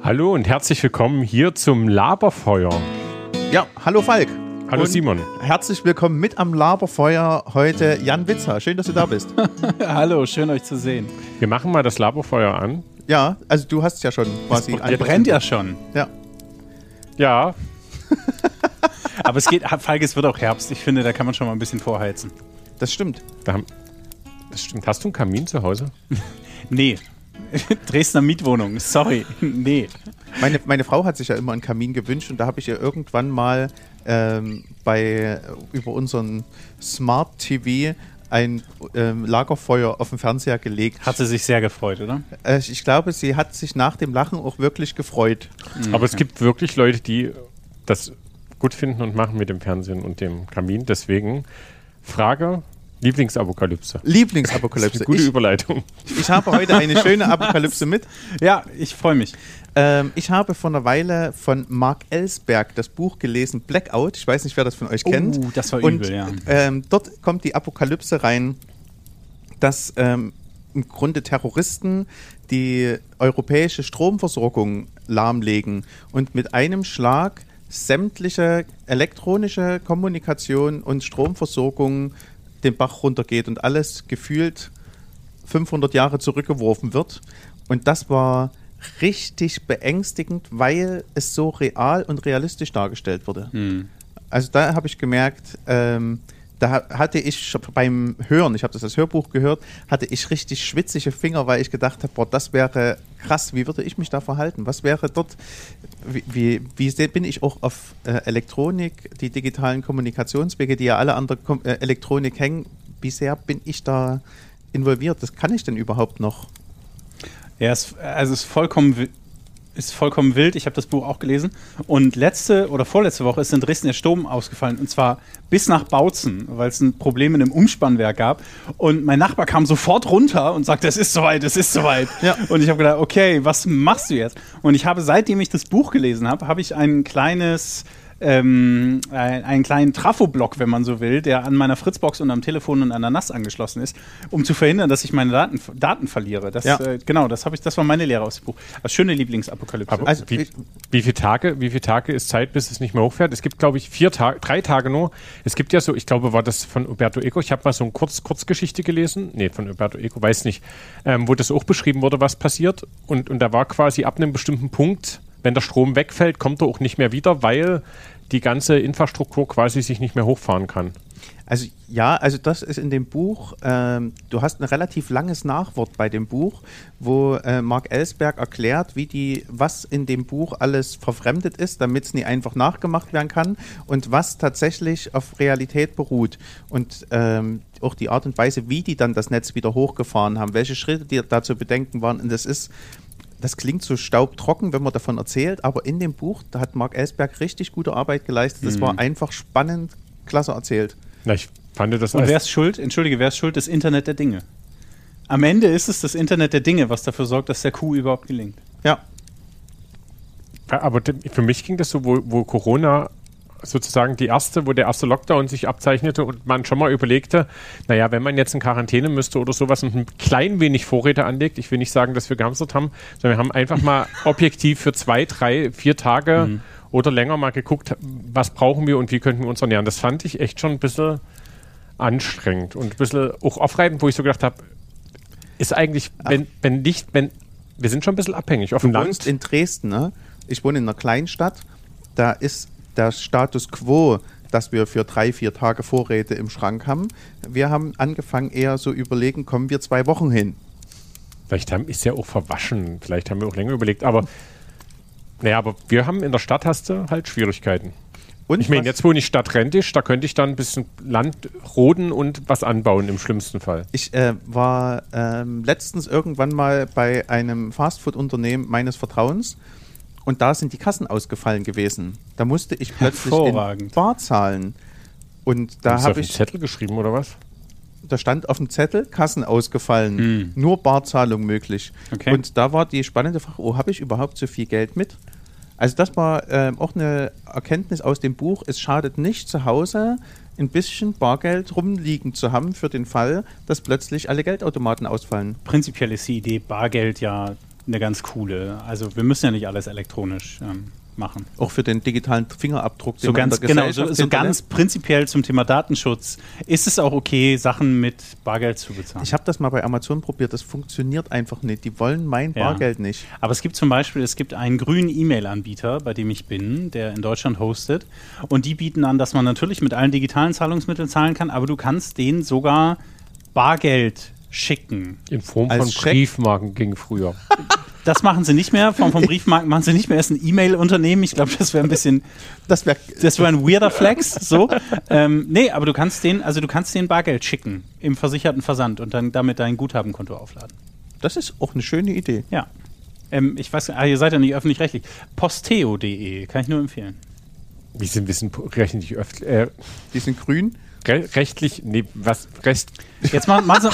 Hallo und herzlich willkommen hier zum Laberfeuer. Ja, hallo Falk. Hallo und Simon. Herzlich willkommen mit am Laberfeuer heute Jan Witzer. Schön, dass du da bist. Hallo, schön euch zu sehen. Wir machen mal das Laberfeuer an. Ja, also du hast es ja schon quasi. Der brennt ja schon. Ja. Ja. Aber es geht, Falk, es wird auch Herbst. Ich finde, da kann man schon mal ein bisschen vorheizen. Das stimmt. Das stimmt. Hast du einen Kamin zu Hause? Nee. Dresdner Mietwohnung. Sorry. Nee. Meine Frau hat sich ja immer einen Kamin gewünscht und da habe ich ihr irgendwann mal über unseren Smart TV ein Lagerfeuer auf den Fernseher gelegt. Hat sie sich sehr gefreut, oder? Ich glaube, sie hat sich nach dem Lachen auch wirklich gefreut. Aber es gibt wirklich Leute, die das gut finden und machen mit dem Fernsehen und dem Kamin. Deswegen Frage: Lieblingsapokalypse. Lieblingsapokalypse. Das ist eine gute Überleitung. Ich habe heute eine schöne Apokalypse mit. Ja, ich freue mich. Ich habe vor einer Weile von Mark Ellsberg das Buch gelesen, Blackout. Ich weiß nicht, wer das von euch kennt. Das war und, übel, ja. Dort kommt die Apokalypse rein, dass im Grunde Terroristen die europäische Stromversorgung lahmlegen und mit einem Schlag sämtliche elektronische Kommunikation und Stromversorgung den Bach runtergeht und alles gefühlt 500 Jahre zurückgeworfen wird. Und das war richtig beängstigend, weil es so real und realistisch dargestellt wurde. Also da habe ich gemerkt, da hatte ich beim Hören, ich habe das als Hörbuch gehört, hatte ich richtig schwitzige Finger, weil ich gedacht habe, boah, das wäre krass, wie würde ich mich da verhalten? Was wäre dort, wie bin ich auch auf Elektronik, die digitalen Kommunikationswege, die ja alle an der Elektronik hängen, wie sehr bin ich da involviert? Das kann ich denn überhaupt noch? Ja, es ist vollkommen wild. Ich habe das Buch auch gelesen. Und letzte oder vorletzte Woche ist in Dresden der Strom ausgefallen. Und zwar bis nach Bautzen, weil es ein Problem in einem Umspannwerk gab. Und mein Nachbar kam sofort runter und sagte, es ist soweit, es ist soweit. Ja. Und ich habe gedacht, okay, was machst du jetzt? Und ich habe, seitdem ich das Buch gelesen habe, habe ich einen kleinen Trafoblock, wenn man so will, der an meiner Fritzbox und am Telefon und an der NAS angeschlossen ist, um zu verhindern, dass ich meine Daten verliere. Das war meine Lehre aus dem Buch. Das schöne Lieblingsapokalypse. Aber also, wie viele Tage ist Zeit, bis es nicht mehr hochfährt? Es gibt, glaube ich, 3 Tage nur. Es gibt ja so, ich glaube, war das von Umberto Eco. Ich habe mal so eine Kurzgeschichte gelesen. Nee, von Umberto Eco, weiß nicht. Wo das auch beschrieben wurde, was passiert. Und da war quasi ab einem bestimmten Punkt, wenn der Strom wegfällt, kommt er auch nicht mehr wieder, weil die ganze Infrastruktur quasi sich nicht mehr hochfahren kann. Also ja, also das ist in dem Buch, du hast ein relativ langes Nachwort bei dem Buch, wo Mark Ellsberg erklärt, was in dem Buch alles verfremdet ist, damit es nie einfach nachgemacht werden kann und was tatsächlich auf Realität beruht. Und auch die Art und Weise, wie die dann das Netz wieder hochgefahren haben, welche Schritte die da zu bedenken waren. Und das klingt so staubtrocken, wenn man davon erzählt, aber in dem Buch, da hat Mark Ellsberg richtig gute Arbeit geleistet. Das war einfach spannend, klasse erzählt. Na, ich fand das. Und wer ist schuld? Wer ist schuld? Das Internet der Dinge. Am Ende ist es das Internet der Dinge, was dafür sorgt, dass der Coup überhaupt gelingt. Ja. Aber für mich ging das so, wo Corona sozusagen wo der erste Lockdown sich abzeichnete und man schon mal überlegte, naja, wenn man jetzt in Quarantäne müsste oder sowas und ein klein wenig Vorräte anlegt, ich will nicht sagen, dass wir gehamstert haben, sondern wir haben einfach mal objektiv für 2, 3, 4 Tage oder länger mal geguckt, was brauchen wir und wie könnten wir uns ernähren. Das fand ich echt schon ein bisschen anstrengend und ein bisschen auch aufreibend, wo ich so gedacht habe, ist eigentlich, wir sind schon ein bisschen abhängig auf dem Land. Du wohnst in Dresden, ne? Ich wohne in einer Kleinstadt, da ist der Status quo, dass wir für 3, 4 Tage Vorräte im Schrank haben. Wir haben angefangen eher so überlegen, kommen wir 2 Wochen hin. Vielleicht ist ja auch verwaschen, vielleicht haben wir auch länger überlegt, aber wir haben in der Stadt hast du halt Schwierigkeiten. Und ich meine, jetzt wohne ich stadtrentisch, da könnte ich dann ein bisschen Land roden und was anbauen im schlimmsten Fall. Ich war letztens irgendwann mal bei einem Fastfood-Unternehmen meines Vertrauens. Und da sind die Kassen ausgefallen gewesen. Da musste ich plötzlich in Bar zahlen. Und da habe ich auf den Zettel geschrieben oder was? Da stand auf dem Zettel Kassen ausgefallen, nur Barzahlung möglich. Okay. Und da war die spannende Frage: habe ich überhaupt so viel Geld mit? Also das war auch eine Erkenntnis aus dem Buch. Es schadet nicht, zu Hause ein bisschen Bargeld rumliegen zu haben für den Fall, dass plötzlich alle Geldautomaten ausfallen. Prinzipiell ist die Idee Bargeld ja eine ganz coole. Also wir müssen ja nicht alles elektronisch machen. Auch für den digitalen Fingerabdruck, So ganz, genau, so ganz prinzipiell zum Thema Datenschutz ist es auch okay, Sachen mit Bargeld zu bezahlen. Ich habe das mal bei Amazon probiert, das funktioniert einfach nicht. Die wollen mein Bargeld nicht. Aber es gibt zum Beispiel, einen grünen E-Mail-Anbieter, bei dem ich bin, der in Deutschland hostet. Und die bieten an, dass man natürlich mit allen digitalen Zahlungsmitteln zahlen kann, aber du kannst denen sogar Bargeld schicken. In Form Als von Scheck? Briefmarken ging früher. Das machen sie nicht mehr. Vom Briefmarken machen sie nicht mehr. Es ist ein E-Mail-Unternehmen. Ich glaube, das wäre ein bisschen. Das wäre ein weirder Flex. So. Nee, aber du kannst denen Bargeld schicken im versicherten Versand und dann damit dein Guthabenkonto aufladen. Das ist auch eine schöne Idee. Ja. Ich weiß, ihr seid ja nicht öffentlich-rechtlich. Posteo.de kann ich nur empfehlen. Wir sind rechtlich Die sind grün. rechtlich, nee, was, Jetzt mal so.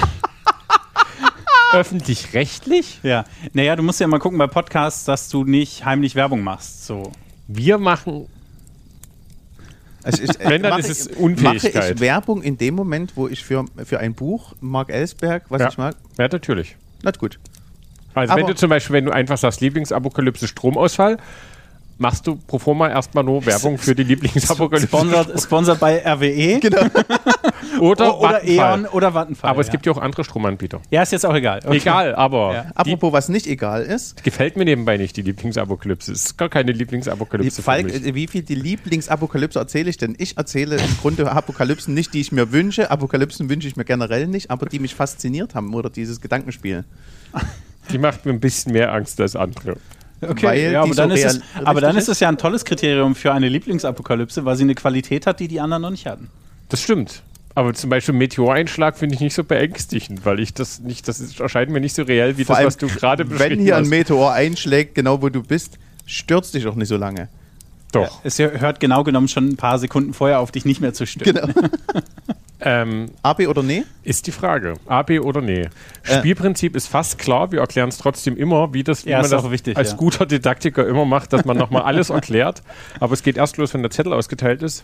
öffentlich-rechtlich? Ja. Naja, du musst ja mal gucken bei Podcasts, dass du nicht heimlich Werbung machst. So. Wir machen, Also wenn, dann ist es Unfähigkeit. Mache ich Werbung in dem Moment, wo ich für ein Buch, Mark Ellsberg, was ich mag? Ja, natürlich. Na gut. Also wenn du einfach sagst, Lieblingsapokalypse, Stromausfall, machst du pro forma erstmal nur Werbung für die Lieblingsapokalypse. Sponsored bei RWE. Genau. oder E.ON oder Vattenfall. Aber es gibt ja auch andere Stromanbieter. Ja, ist jetzt auch egal. Okay. Egal, aber Ja. Apropos, was nicht egal ist, gefällt mir nebenbei nicht, die Lieblingsapokalypse. Es ist gar keine Lieblingsapokalypse Falk, für mich. wie viel die Lieblingsapokalypse erzähle ich denn? Ich erzähle im Grunde Apokalypsen nicht, die ich mir wünsche. Apokalypsen wünsche ich mir generell nicht, aber die mich fasziniert haben oder dieses Gedankenspiel. Die macht mir ein bisschen mehr Angst als andere. Okay, Weil ja, die aber dann realistisch ist es ja ein tolles Kriterium für eine Lieblingsapokalypse, weil sie eine Qualität hat, die die anderen noch nicht hatten. Das stimmt. Aber zum Beispiel Meteoreinschlag finde ich nicht so beängstigend, weil das erscheint mir nicht so reell wie Vor das, allem, was du gerade beschrieben wenn hier ein hast. Meteor einschlägt, genau wo du bist, stürzt dich auch nicht so lange. Doch. Es hört genau genommen schon ein paar Sekunden vorher auf, dich nicht mehr zu stören. Genau. A, B oder nee? Ist die Frage. A, B oder nee. Spielprinzip ist fast klar. Wir erklären es trotzdem immer, wie Ja, man ist das auch wichtig, als ja. guter Didaktiker immer macht, dass man nochmal alles erklärt. Aber es geht erst los, wenn der Zettel ausgeteilt ist.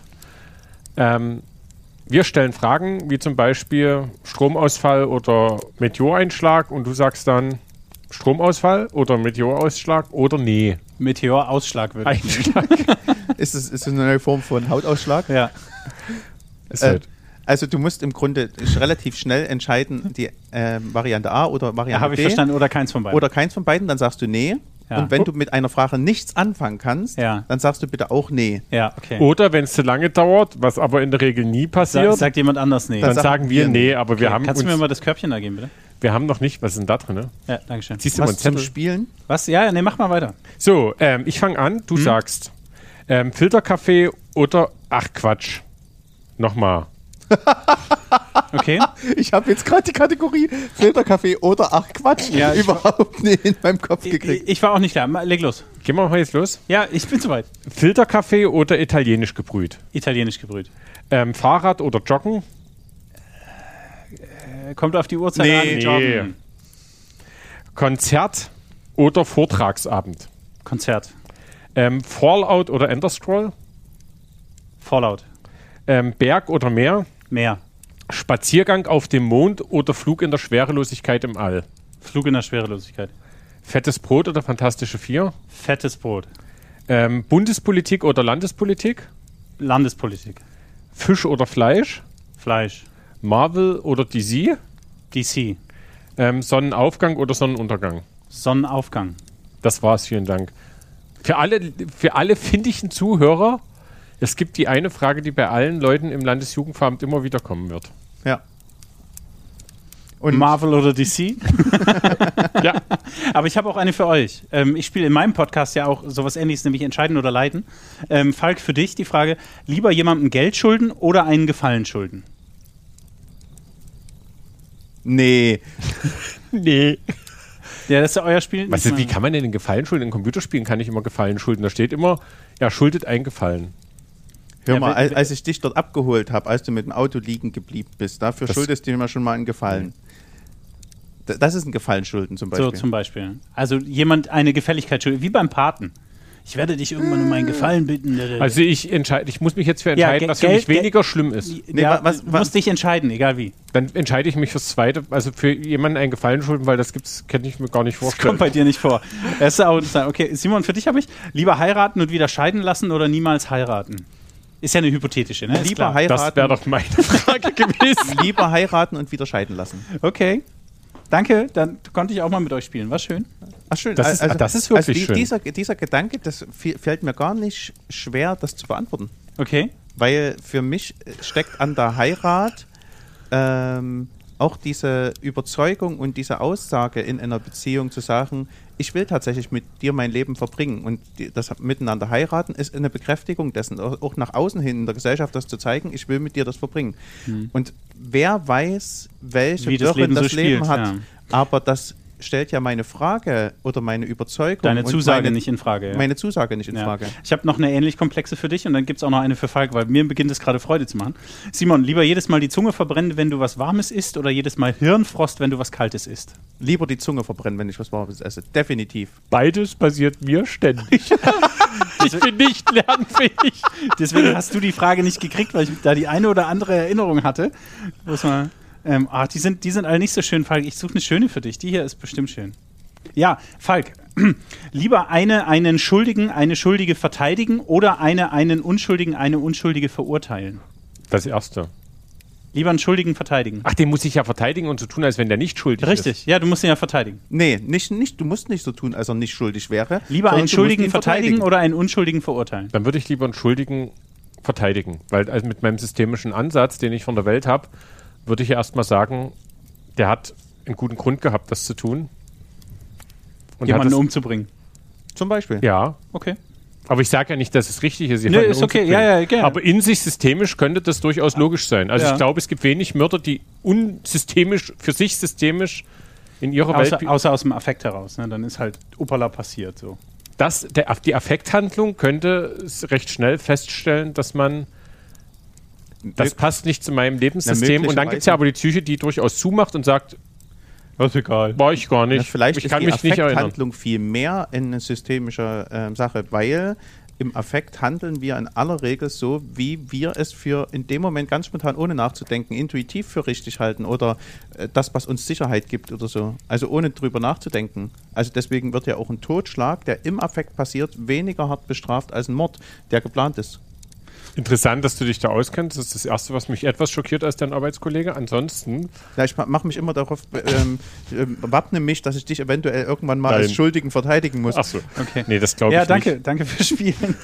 Wir stellen Fragen, wie zum Beispiel Stromausfall oder Meteoreinschlag und du sagst dann Stromausfall oder Meteorausschlag oder nee. Meteorausschlag würde ich nehmen. Einschlag. Ist es eine neue Form von Hautausschlag? Ja. Ist halt. Also du musst im Grunde relativ schnell entscheiden, die Variante A oder Variante Habe B. ich verstanden, oder keins von beiden. Oder keins von beiden, dann sagst du nee. Ja. Und wenn du mit einer Frage nichts anfangen kannst, Ja. dann sagst du bitte auch nee. Ja, okay. Oder wenn es zu lange dauert, was aber in der Regel nie passiert, Sagt jemand anders nee. dann sagen sagen wir wir nee, nee. aber wir haben Kannst du mir uns, mal das Körbchen da geben, bitte? wir haben noch nicht, was ist denn da drin? Ne? Ja, danke schön. Siehst du mal einen Was zum Zettel? Spielen? Was? Ja, nee, mach mal weiter. So, ich fange an, du sagst Filterkaffee oder, ach Quatsch, nochmal. Okay. Ich habe jetzt gerade die Kategorie Filterkaffee oder ach Quatsch Ja, ich überhaupt nicht in meinem Kopf gekriegt. Ich war auch nicht da. Leg los. Gehen wir mal jetzt los. Ja, ich bin soweit. Filterkaffee oder italienisch gebrüht? Italienisch gebrüht. Fahrrad oder Joggen? Kommt auf die Uhrzeit Nee. an. Nee. Joggen. Konzert oder Vortragsabend? Konzert. Fallout oder Enderscroll? Fallout. Berg oder Meer? Meer. Spaziergang auf dem Mond oder Flug in der Schwerelosigkeit im All? Flug in der Schwerelosigkeit. Fettes Brot oder Fantastische Vier? Fettes Brot. Bundespolitik oder Landespolitik? Landespolitik. Fisch oder Fleisch? Fleisch. Marvel oder DC? DC. Sonnenaufgang oder Sonnenuntergang? Sonnenaufgang. Das war's, vielen Dank. Für alle findigen Zuhörer, es gibt die eine Frage, die bei allen Leuten im Landesjugendveramt immer wieder kommen wird. Ja. Und Marvel oder DC? Ja. Aber ich habe auch eine für euch. Ich spiele in meinem Podcast ja auch sowas Ähnliches, nämlich Entscheiden oder Leiden. Falk, für dich die Frage, lieber jemandem Geld schulden oder einen Gefallen schulden? nee. Nee. Ja, das ist ja euer Spiel. Was ist, wie kann man denn den Gefallen schulden? In Computerspielen kann ich immer Gefallen schulden. Da steht immer, er schuldet einen Gefallen. Hör Ja, mal, wenn- als ich dich dort abgeholt habe, als du mit dem Auto liegen geblieben bist, dafür Das- schuldest du mir schon mal einen Gefallen. Das ist ein Gefallen schulden zum So Beispiel. zum Beispiel. Also jemand eine Gefälligkeit schuldet, wie beim Paten. ich werde dich irgendwann um einen Gefallen bitten. Also ich muss mich jetzt für entscheiden, was für mich weniger schlimm ist. Nee, ja, musst dich entscheiden, egal wie. Dann entscheide ich mich fürs Zweite, also für jemanden einen Gefallen schulden, weil das kann ich mir gar nicht vorstellen. Das kommt bei dir nicht vor. Das ist auch interessant. Okay, Simon, für dich habe ich lieber heiraten und wieder scheiden lassen oder niemals heiraten? Ist ja eine hypothetische, ne? Lieber heiraten. Das wäre doch meine Frage gewesen. Lieber heiraten und wieder scheiden lassen. Okay. Danke, dann konnte ich auch mal mit euch spielen. War schön. Ach, schön. Das ist wirklich schön. Dieser Gedanke, das fällt mir gar nicht schwer, das zu beantworten. Okay. Weil für mich steckt an der Heirat auch diese Überzeugung und diese Aussage in einer Beziehung zu sagen, ich will tatsächlich mit dir mein Leben verbringen. Und das miteinander heiraten ist eine Bekräftigung dessen, auch nach außen hin in der Gesellschaft das zu zeigen, ich will mit dir das verbringen. Und wer weiß, welche Wirre das Leben hat, ja. Aber das stellt ja meine Frage oder meine Überzeugung. Deine Zusage nicht in Frage. Ja. Meine Zusage nicht in Frage. Ich habe noch eine ähnlich komplexe für dich und dann gibt es auch noch eine für Falk, weil mir beginnt es gerade Freude zu machen. Simon, lieber jedes Mal die Zunge verbrennen, wenn du was Warmes isst oder jedes Mal Hirnfrost, wenn du was Kaltes isst? Lieber die Zunge verbrennen, wenn ich was Warmes esse. Definitiv. Beides passiert mir ständig. Ich bin nicht lernfähig. Deswegen hast du die Frage nicht gekriegt, weil ich da die eine oder andere Erinnerung hatte. Muss man... die sind alle nicht so schön, Falk. Ich suche eine schöne für dich. Die hier ist bestimmt schön. Ja, Falk. Lieber einen Schuldigen, eine Schuldige verteidigen oder einen Unschuldigen, eine Unschuldige verurteilen? Das Erste. Lieber einen Schuldigen verteidigen. Ach, den muss ich ja verteidigen und so tun, als wenn der nicht schuldig ist. Richtig, ja, du musst ihn ja verteidigen. Nee, nicht, du musst nicht so tun, als er nicht schuldig wäre. Lieber einen Schuldigen verteidigen oder einen Unschuldigen verurteilen? Dann würde ich lieber einen Schuldigen verteidigen. Weil also mit meinem systemischen Ansatz, den ich von der Welt habe, würde ich ja erstmal sagen, der hat einen guten Grund gehabt, das zu tun. Und jemanden umzubringen. Zum Beispiel. Ja. Okay. Aber ich sage ja nicht, dass es richtig ist. Nee, ist okay. Ja, gerne. Aber in sich systemisch könnte das durchaus logisch sein. Also ich glaube, es gibt wenig Mörder, die für sich systemisch in ihrer Welt... Außer aus dem Affekt heraus. Ne? Dann ist halt Uppala passiert. So. Die Affekthandlung könnte recht schnell feststellen, dass man... Das passt nicht zu meinem Lebenssystem. Und dann gibt es ja aber die Psyche, die durchaus zumacht und sagt, das ist egal. War ich gar nicht. Vielleicht ich kann mich nicht erinnern. Affekthandlung viel mehr eine systemische Sache, weil im Affekt handeln wir in aller Regel so, wie wir es für in dem Moment ganz spontan, ohne nachzudenken, intuitiv für richtig halten oder das, was uns Sicherheit gibt oder so. Also ohne drüber nachzudenken. Also deswegen wird ja auch ein Totschlag, der im Affekt passiert, weniger hart bestraft als ein Mord, der geplant ist. Interessant, dass du dich da auskennst. Das ist das Erste, was mich etwas schockiert als dein Arbeitskollege. Ansonsten... Ja, ich mache mich immer darauf, wappne mich, dass ich dich eventuell irgendwann mal als Schuldigen verteidigen muss. Ach so, okay. Nee, das glaube ich nicht. Ja, danke fürs Spielen.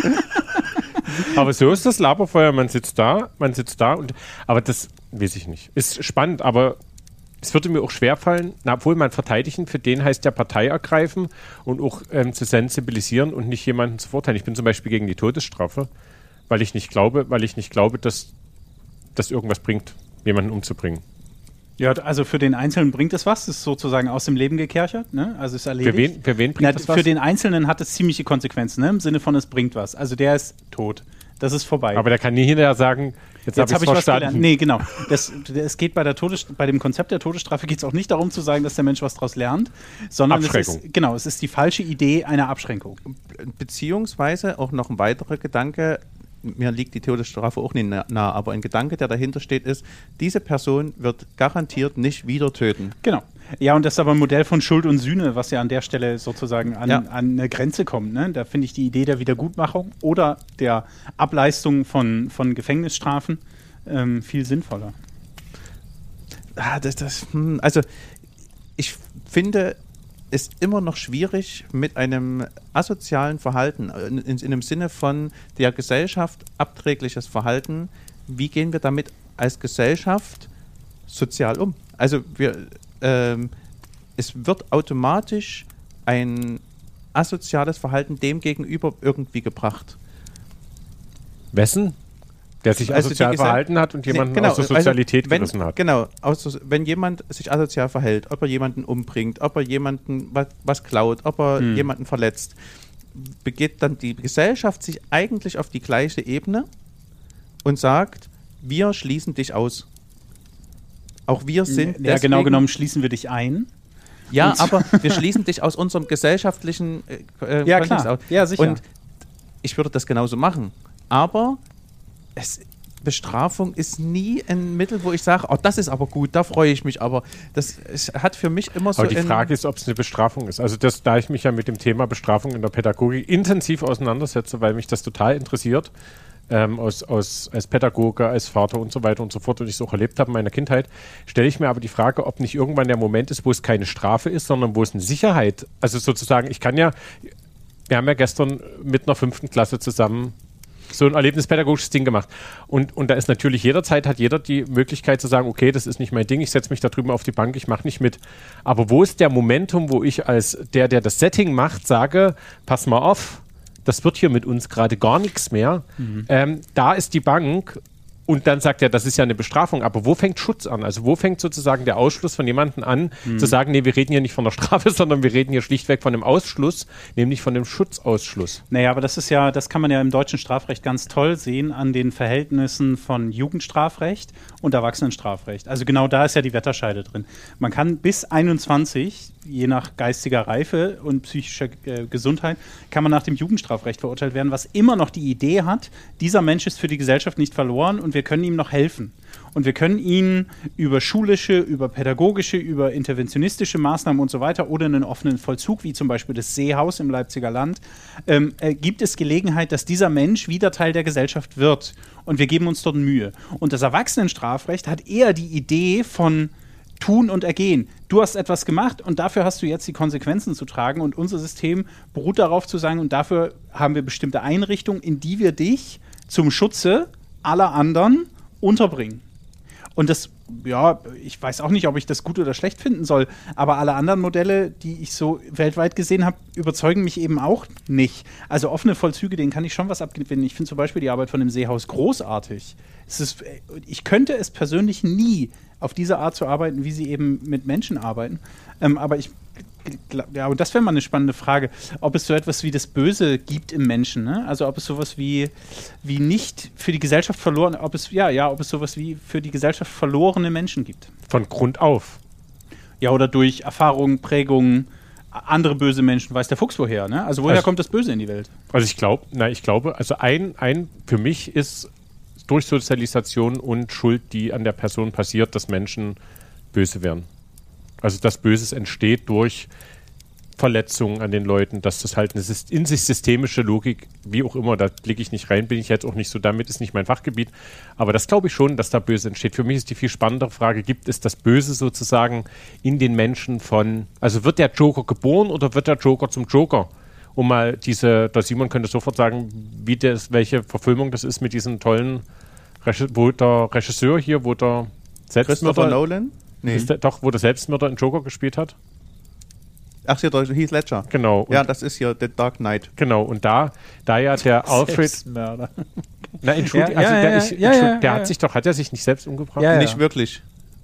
Aber so ist das Laberfeuer. Man sitzt da und... Aber das weiß ich nicht. Ist spannend, aber es würde mir auch schwerfallen, obwohl man verteidigen, für den heißt ja Partei ergreifen und auch zu sensibilisieren und nicht jemanden zu verurteilen. Ich bin zum Beispiel gegen die Todesstrafe. Weil ich nicht glaube, dass das irgendwas bringt, jemanden umzubringen. Ja, also für den Einzelnen bringt es was, ist sozusagen aus dem Leben gekerchert, ne? Also ist erledigt. Für wen bringt es was? Für den Einzelnen hat es ziemliche Konsequenzen, ne? Im Sinne von, es bringt was. Also der ist tot. Das ist vorbei. Aber der kann nie hinterher sagen, jetzt habe ich was gelernt. Nee, genau. Es geht bei dem Konzept der Todesstrafe geht es auch nicht darum zu sagen, dass der Mensch was daraus lernt, sondern es ist die falsche Idee einer Abschränkung. Beziehungsweise auch noch ein weiterer Gedanke, mir liegt die Todesstrafe auch nicht nah, aber ein Gedanke, der dahinter steht, ist, diese Person wird garantiert nicht wieder töten. Genau. Ja, und das ist aber ein Modell von Schuld und Sühne, was ja an der Stelle sozusagen an eine Grenze kommt. Ne? Da finde ich die Idee der Wiedergutmachung oder der Ableistung von Gefängnisstrafen viel sinnvoller. Also ich finde es immer noch schwierig mit einem asozialen Verhalten, in dem Sinne von der Gesellschaft abträgliches Verhalten. Wie gehen wir damit als Gesellschaft sozial um? Also es wird automatisch ein asoziales Verhalten dem gegenüber irgendwie gebracht. Wessen? Der sich asozial verhalten hat und jemanden aus der Sozialität gerissen hat. Genau, wenn jemand sich asozial verhält, ob er jemanden umbringt, ob er jemanden was klaut, ob er jemanden verletzt, begeht dann die Gesellschaft sich eigentlich auf die gleiche Ebene und sagt, wir schließen dich aus. Auch wir sind genau genommen schließen wir dich ein. Ja, aber wir schließen dich aus unserem gesellschaftlichen Ja, Kontext klar. aus. Ja, sicher. Und ich würde das genauso machen. Aber Bestrafung ist nie ein Mittel, wo ich sage, oh, das ist aber gut, da freue ich mich. Aber es hat für mich immer so. Aber die Frage ist, ob es eine Bestrafung ist. Also da ich mich ja mit dem Thema Bestrafung in der Pädagogik intensiv auseinandersetze, weil mich das total interessiert, als Pädagoge, als Vater und so weiter und so fort, und ich es auch erlebt habe in meiner Kindheit, stelle ich mir aber die Frage, ob nicht irgendwann der Moment ist, wo es keine Strafe ist, sondern wo es eine Sicherheit, also sozusagen, wir haben ja gestern mit einer 5. Klasse zusammen so ein erlebnispädagogisches Ding gemacht. Und da ist natürlich hat jeder die Möglichkeit zu sagen, okay, das ist nicht mein Ding, ich setze mich da drüben auf die Bank, ich mache nicht mit. Aber wo ist der Momentum, wo ich als der das Setting macht, sage, pass mal auf, das wird hier mit uns gerade gar nichts mehr. Da ist die Bank und dann sagt er, das ist ja eine Bestrafung. Aber wo fängt Schutz an? Also wo fängt sozusagen der Ausschluss von jemandem an, zu sagen, nee, wir reden hier nicht von der Strafe, sondern wir reden hier schlichtweg von dem Ausschluss, nämlich von dem Schutzausschluss. Naja, aber das kann man ja im deutschen Strafrecht ganz toll sehen an den Verhältnissen von Jugendstrafrecht und Erwachsenenstrafrecht. Also genau da ist ja die Wetterscheide drin. Man kann bis 21, je nach geistiger Reife und psychischer Gesundheit, kann man nach dem Jugendstrafrecht verurteilt werden, was immer noch die Idee hat, dieser Mensch ist für die Gesellschaft nicht verloren und wir können ihm noch helfen. Und wir können ihn über schulische, über pädagogische, über interventionistische Maßnahmen und so weiter oder einen offenen Vollzug, wie zum Beispiel das Seehaus im Leipziger Land, gibt es Gelegenheit, dass dieser Mensch wieder Teil der Gesellschaft wird. Und wir geben uns dort Mühe. Und das Erwachsenenstrafrecht hat eher die Idee von Tun und Ergehen. Du hast etwas gemacht und dafür hast du jetzt die Konsequenzen zu tragen. Und unser System beruht darauf zu sagen, und dafür haben wir bestimmte Einrichtungen, in die wir dich zum Schutze aller anderen unterbringen. Und das, ja, ich weiß auch nicht, ob ich das gut oder schlecht finden soll, aber alle anderen Modelle, die ich so weltweit gesehen habe, überzeugen mich eben auch nicht. Also offene Vollzüge, denen kann ich schon was abgewinnen. Ich finde zum Beispiel die Arbeit von dem Seehaus großartig. Ich könnte es persönlich nie auf diese Art zu arbeiten, wie sie eben mit Menschen arbeiten. Aber und das wäre mal eine spannende Frage, ob es so etwas wie das Böse gibt im Menschen, ne? Also ob es sowas wie nicht für die Gesellschaft verloren, ob es sowas wie für die Gesellschaft verlorene Menschen gibt. Von Grund auf. Ja, oder durch Erfahrungen, Prägungen, andere böse Menschen, weiß der Fuchs woher, ne? Also woher kommt das Böse in die Welt? Also ich glaube, also ein für mich ist durch Sozialisation und Schuld, die an der Person passiert, dass Menschen böse werden. Also dass Böses entsteht durch Verletzungen an den Leuten, dass das halt eine in sich systemische Logik, wie auch immer, da blicke ich nicht rein, bin ich jetzt auch nicht so damit, ist nicht mein Fachgebiet, aber das glaube ich schon, dass da Böse entsteht. Für mich ist die viel spannendere Frage, gibt es das Böse sozusagen in den Menschen also wird der Joker geboren oder wird der Joker zum Joker? Um mal der Simon könnte sofort sagen, welche Verfilmung das ist mit diesen tollen, wo der Regisseur hier, wo der Selbstmörder... Christopher Nolan? Nee. Wo der Selbstmörder in Joker gespielt hat? Ach, hier, Heath Ledger. Genau. Ja, das ist hier The Dark Knight. Genau, und da ja der Alfred... Selbstmörder. Na, Entschuldigung, hat er sich nicht selbst umgebracht? Ja. Nicht wirklich.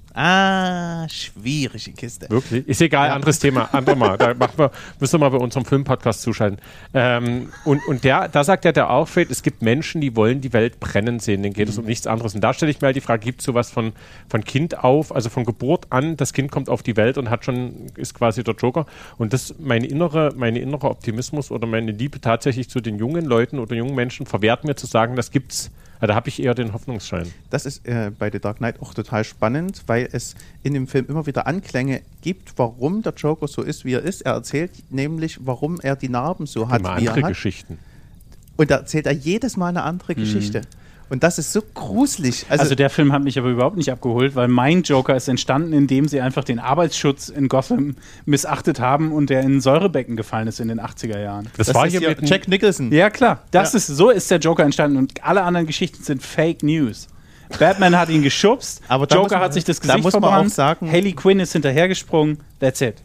Schwierige Kiste. Wirklich? Ist egal, anderes Thema, andermal. Da müssen wir mal bei unserem Filmpodcast zuschalten. Und da sagt ja der Alfred, es gibt Menschen, die wollen die Welt brennen sehen, denen geht es um nichts anderes. Und da stelle ich mir halt die Frage, gibt es sowas von Kind auf, also von Geburt an, das Kind kommt auf die Welt und ist quasi der Joker. Und das, meine innere Optimismus oder meine Liebe tatsächlich zu den jungen Leuten oder jungen Menschen verwehrt mir zu sagen, das gibt's. Da habe ich eher den Hoffnungsschein. Das ist bei The Dark Knight auch total spannend, weil es in dem Film immer wieder Anklänge gibt, warum der Joker so ist, wie er ist. Er erzählt nämlich, warum er die Narben so hat, wie er hat. Andere Geschichten. Und da erzählt er jedes Mal eine andere Geschichte. Und das ist so gruselig. Also der Film hat mich aber überhaupt nicht abgeholt, weil mein Joker ist entstanden, indem sie einfach den Arbeitsschutz in Gotham missachtet haben und der in ein Säurebecken gefallen ist in den 80er Jahren. Das war hier mit Jack Nicholson. Ja, klar. So ist der Joker entstanden und alle anderen Geschichten sind Fake News. Batman hat ihn geschubst, aber Joker hat sich das Gesicht verbrannt, Harley Quinn ist hinterhergesprungen, that's it.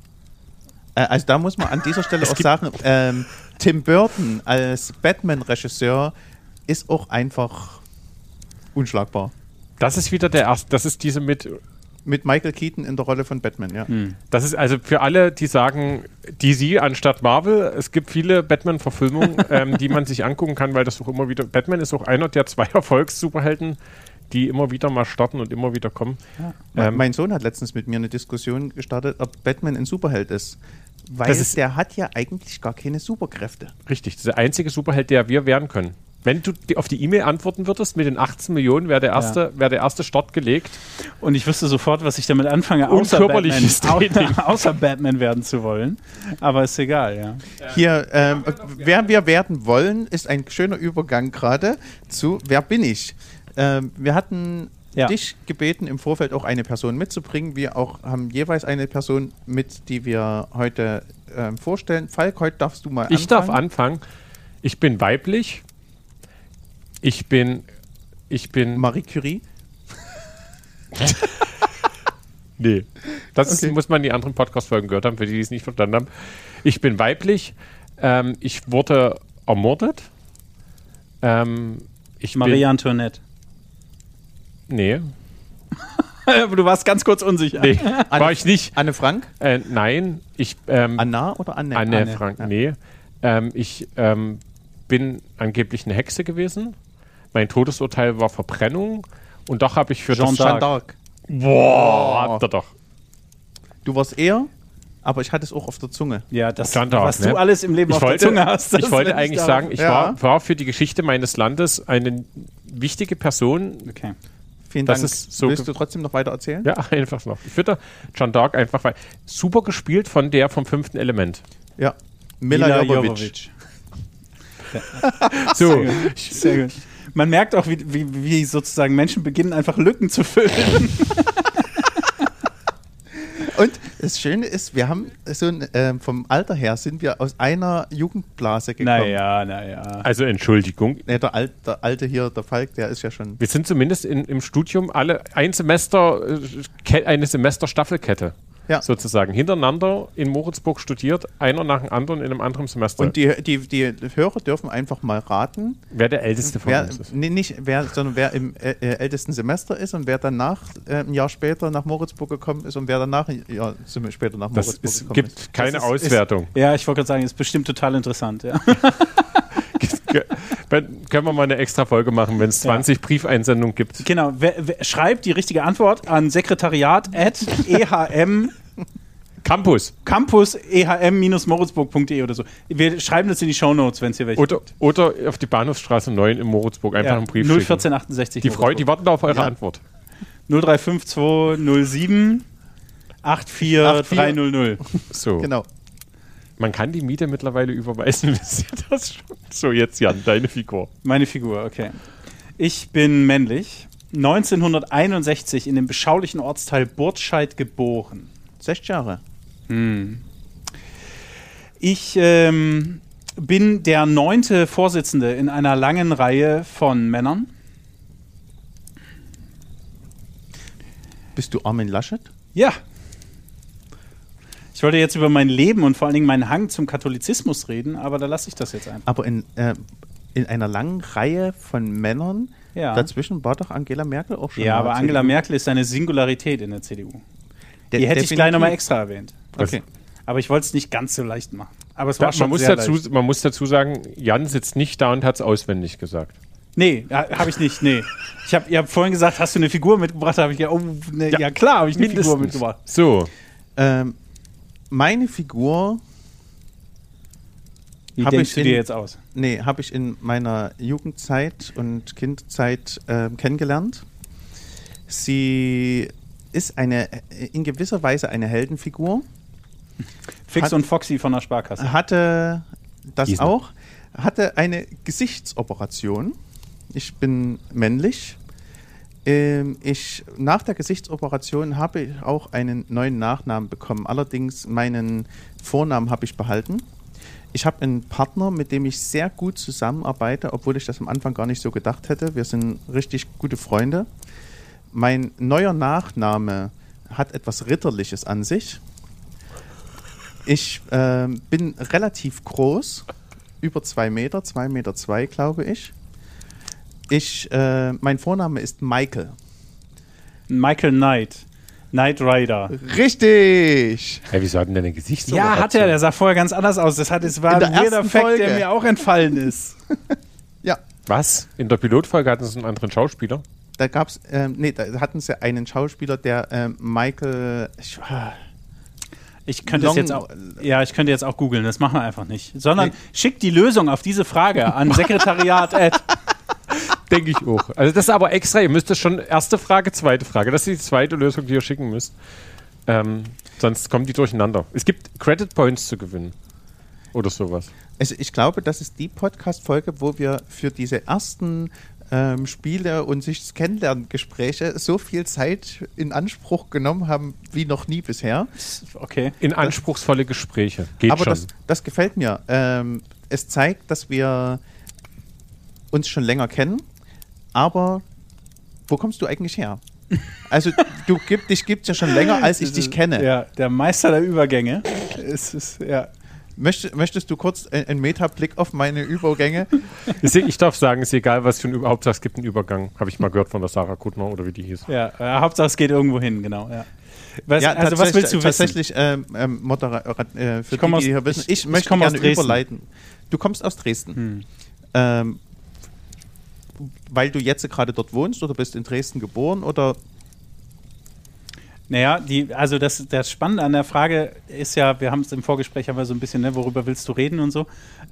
Also da muss man an dieser Stelle auch sagen, Tim Burton als Batman-Regisseur ist auch einfach unschlagbar. Das ist wieder das ist diese mit Michael Keaton in der Rolle von Batman, ja. Das ist also für alle, die sagen DC anstatt Marvel, es gibt viele Batman-Verfilmungen, die man sich angucken kann, weil das auch immer wieder, Batman ist auch einer der 2 Erfolgs-Superhelden, die immer wieder mal starten und immer wieder kommen. Ja. Mein Sohn hat letztens mit mir eine Diskussion gestartet, ob Batman ein Superheld ist. Weil der hat ja eigentlich gar keine Superkräfte. Richtig, das ist der einzige Superheld, der wir werden können. Wenn du auf die E-Mail antworten würdest, mit den 18 Millionen wäre der erste Start gelegt. Und ich wüsste sofort, was ich damit anfange, außer Batman werden zu wollen. Aber ist egal, ja. Hier, wer wir werden wollen, ist ein schöner Übergang gerade zu Wer bin ich? Wir hatten dich gebeten, im Vorfeld auch eine Person mitzubringen. Wir auch haben jeweils eine Person mit, die wir heute vorstellen. Falk, heute darfst du mal anfangen. Ich darf anfangen. Ich bin weiblich. Ich bin Marie Curie? Nee. Das muss man in die anderen Podcast-Folgen gehört haben, für die es nicht verstanden haben. Ich bin weiblich. Ich wurde ermordet. Marie Antoinette. Nee. Aber du warst ganz kurz unsicher. Nee, war ich nicht. Anne Frank? Nein. Anna oder Anne? Anne Frank, ja. Nee. Ich bin angeblich eine Hexe gewesen. Mein Todesurteil war Verbrennung. Und doch habe ich für Jeanne d'Arc. Boah, habt ihr doch. Du warst eher, aber ich hatte es auch auf der Zunge. Ja, das, was du alles im Leben auf der Zunge hast. Ich wollte eigentlich sagen, ich war für die Geschichte meines Landes eine wichtige Person. Okay. Vielen Dank. Willst du trotzdem noch weiter erzählen? Ja, einfach noch. Ich würde Jeanne d'Arc einfach super gespielt von der vom 5. Element. Ja. Mila Jovovich. So. Sehr gut. Man merkt auch, wie sozusagen Menschen beginnen, einfach Lücken zu füllen. Und das Schöne ist, wir haben vom Alter her sind wir aus einer Jugendblase gekommen. Naja. Also Entschuldigung. Nee, der Alte hier, der Falk, der ist ja schon... Wir sind zumindest im Studium alle eine Semesterstaffelkette. Ja. Sozusagen hintereinander in Moritzburg studiert, einer nach dem anderen in einem anderen Semester. Und die Hörer dürfen einfach mal raten, wer der Älteste von uns ist. Nee, nicht wer, sondern wer im ältesten Semester ist und wer danach ein Jahr später nach Moritzburg gekommen ist und wer danach ein Jahr später nach Moritzburg gekommen ist. Es gibt keine Auswertung. Ja, ich wollte gerade sagen, ist bestimmt total interessant. Ja. Können wir mal eine extra Folge machen, wenn es 20 Briefeinsendungen gibt. Genau, schreibt die richtige Antwort an sekretariat@ehm Campus ehm-moritzburg.de oder so. Wir schreiben das in die Shownotes, wenn es hier welche gibt. Oder auf die Bahnhofsstraße 9 in Moritzburg einfach einen Brief 01468. Die warten da auf eure Antwort. 0352007 84300. So. Genau. Man kann die Miete mittlerweile überweisen. Wisst ihr das schon? So, jetzt Jan, deine Figur. Meine Figur, okay. Ich bin männlich, 1961 in dem beschaulichen Ortsteil Burtscheid geboren. 6 Jahre. Ich bin der 9. Vorsitzende in einer langen Reihe von Männern. Bist du Armin Laschet? Ja. Ich wollte jetzt über mein Leben und vor allen Dingen meinen Hang zum Katholizismus reden, aber da lasse ich das jetzt einfach. Aber in einer langen Reihe von Männern, dazwischen war doch Angela Merkel auch schon. Ja, aber Angela Merkel ist eine Singularität in der CDU. Die hätte ich gleich nochmal extra erwähnt. Okay. Aber ich wollte es nicht ganz so leicht machen. Aber es war schon leicht. Man muss dazu sagen, Jan sitzt nicht da und hat es auswendig gesagt. Nee, habe ich nicht, nee. Ihr habt vorhin gesagt, hast du eine Figur mitgebracht? Da habe ich gedacht, ja klar, habe ich eine Figur mitgebracht. So. Meine Figur... Wie denkst du dir jetzt aus? Nee, habe ich in meiner Jugendzeit und Kindzeit kennengelernt. Sie ist in gewisser Weise eine Heldenfigur. Fix und Foxy von der Sparkasse. Hatte das auch. Hatte eine Gesichtsoperation. Ich bin männlich. Nach der Gesichtsoperation habe ich auch einen neuen Nachnamen bekommen. Allerdings meinen Vornamen habe ich behalten. Ich habe einen Partner, mit dem ich sehr gut zusammenarbeite, obwohl ich das am Anfang gar nicht so gedacht hätte. Wir sind richtig gute Freunde. Mein neuer Nachname hat etwas Ritterliches an sich. Ich bin relativ groß, über 2 Meter, 2,2 Meter, glaube ich. Mein Vorname ist Michael. Michael Knight. Knight Rider. Richtig! Hey, wieso hat denn deine Gesichtsoperation? Ja, hat er. Der sah vorher ganz anders aus. Das war ein weirder Fact, der mir auch entfallen ist. Ja. Was? In der Pilotfolge hatten sie einen anderen Schauspieler? da gab es, da hatten sie einen Schauspieler, der Michael. Ich könnte jetzt auch googeln, das machen wir einfach nicht. Sondern schickt die Lösung auf diese Frage an Sekretariat. Denke ich auch. Also das ist aber extra, ihr müsst das schon erste Frage, zweite Frage. Das ist die zweite Lösung, die ihr schicken müsst. Sonst kommen die durcheinander. Es gibt Credit Points zu gewinnen. Oder sowas. Also ich glaube, das ist die Podcast-Folge, wo wir für diese ersten Spiele und sich Kennenlerngespräche so viel Zeit in Anspruch genommen haben wie noch nie bisher. Okay. In anspruchsvolle Gespräche. Geht aber schon. Das gefällt mir. Es zeigt, dass wir uns schon länger kennen, aber wo kommst du eigentlich her? Also dich gibt es ja schon länger, als ich dich kenne. Ja, der Meister der Übergänge. Ja. Möchtest du kurz einen Metablick auf meine Übergänge? Ich darf sagen, ist egal, was für ein Hauptsache es gibt einen Übergang. Habe ich mal gehört von der Sarah Kuttner oder wie die hieß. Ja, Hauptsache es geht irgendwo hin, genau. Ja. Was willst du wissen? Tatsächlich, für die hier wissen, ich möchte gerne überleiten. Du kommst aus Dresden. Weil du jetzt gerade dort wohnst oder bist in Dresden geboren oder... Naja, das Spannende an der Frage ist ja, wir haben es im Vorgespräch aber so ein bisschen, ne, worüber willst du reden und so.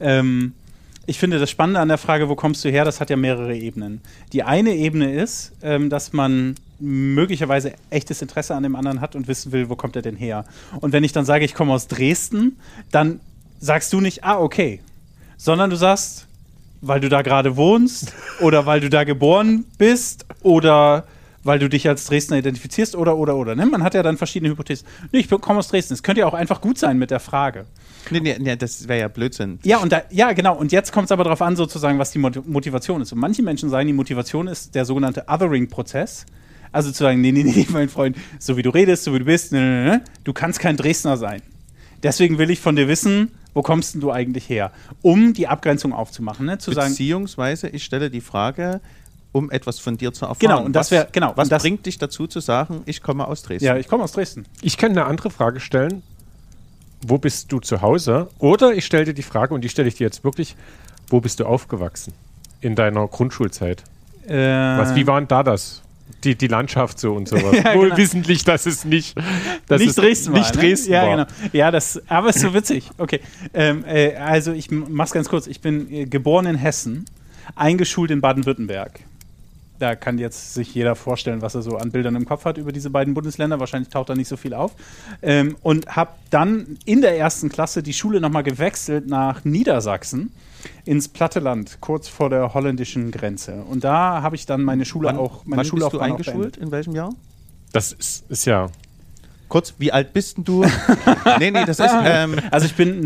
Ich finde, das Spannende an der Frage, wo kommst du her, das hat ja mehrere Ebenen. Die eine Ebene ist, dass man möglicherweise echtes Interesse an dem anderen hat und wissen will, wo kommt er denn her. Und wenn ich dann sage, ich komme aus Dresden, dann sagst du nicht, okay, sondern du sagst, weil du da gerade wohnst oder weil du da geboren bist oder weil du dich als Dresdner identifizierst oder. Ne? Man hat ja dann verschiedene Hypothesen. Nee, ich komme aus Dresden. Es könnte ja auch einfach gut sein mit der Frage. Nee, das wäre ja Blödsinn. Ja, genau. Und jetzt kommt es aber darauf an, sozusagen, was die Motivation ist. Und manche Menschen sagen, die Motivation ist der sogenannte Othering-Prozess. Also zu sagen, nee, mein Freund, so wie du redest, so wie du bist, du kannst kein Dresdner sein. Deswegen will ich von dir wissen, wo kommst denn du eigentlich her? Um die Abgrenzung aufzumachen. Ne? Beziehungsweise, ich stelle die Frage, um etwas von dir zu erfahren. Genau, und was bringt dich dazu zu sagen, ich komme aus Dresden? Ja, ich komme aus Dresden. Ich könnte eine andere Frage stellen. Wo bist du zu Hause? Oder ich stelle dir die Frage, und die stelle ich dir jetzt wirklich, wo bist du aufgewachsen? In deiner Grundschulzeit? Wie war denn da das? Die Landschaft so und sowas. Ja, wohl wissentlich, dass es nicht Dresden war. Nicht Dresden war. Ja, genau. Ja, aber es ist so witzig. Okay. Also ich mach's ganz kurz. Ich bin geboren in Hessen, eingeschult in Baden-Württemberg. Da kann jetzt sich jeder vorstellen, was er so an Bildern im Kopf hat über diese beiden Bundesländer. Wahrscheinlich taucht da nicht so viel auf. Und habe dann in der 1. Klasse die Schule nochmal gewechselt nach Niedersachsen ins platte Land, kurz vor der holländischen Grenze. Und da habe ich dann meine Schule auch bist du eingeschult? In welchem Jahr? Das ist ja... Kurz, wie alt bist denn du? nee, das ist... Also ich bin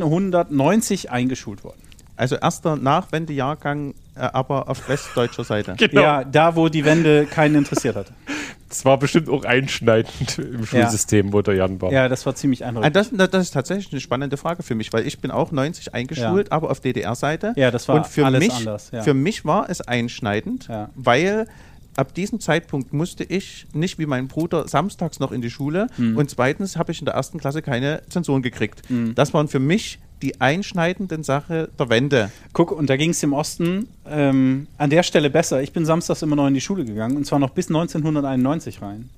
1990 eingeschult worden. Also erster Nachwendejahrgang, aber auf westdeutscher Seite. Genau. Ja, da, wo die Wende keinen interessiert hat. Das war bestimmt auch einschneidend im Schulsystem, wo der Jan war. Ja, das war ziemlich eindrücklich. Das ist tatsächlich eine spannende Frage für mich, weil ich bin auch 90 eingeschult, aber auf DDR-Seite. Ja, das war alles anders. Ja. Für mich war es einschneidend, weil ab diesem Zeitpunkt musste ich nicht wie mein Bruder samstags noch in die Schule und zweitens habe ich in der 1. Klasse keine Zensuren gekriegt. Das waren für mich die einschneidenden Sache der Wende. Guck, und da ging es im Osten an der Stelle besser. Ich bin samstags immer noch in die Schule gegangen und zwar noch bis 1991 rein.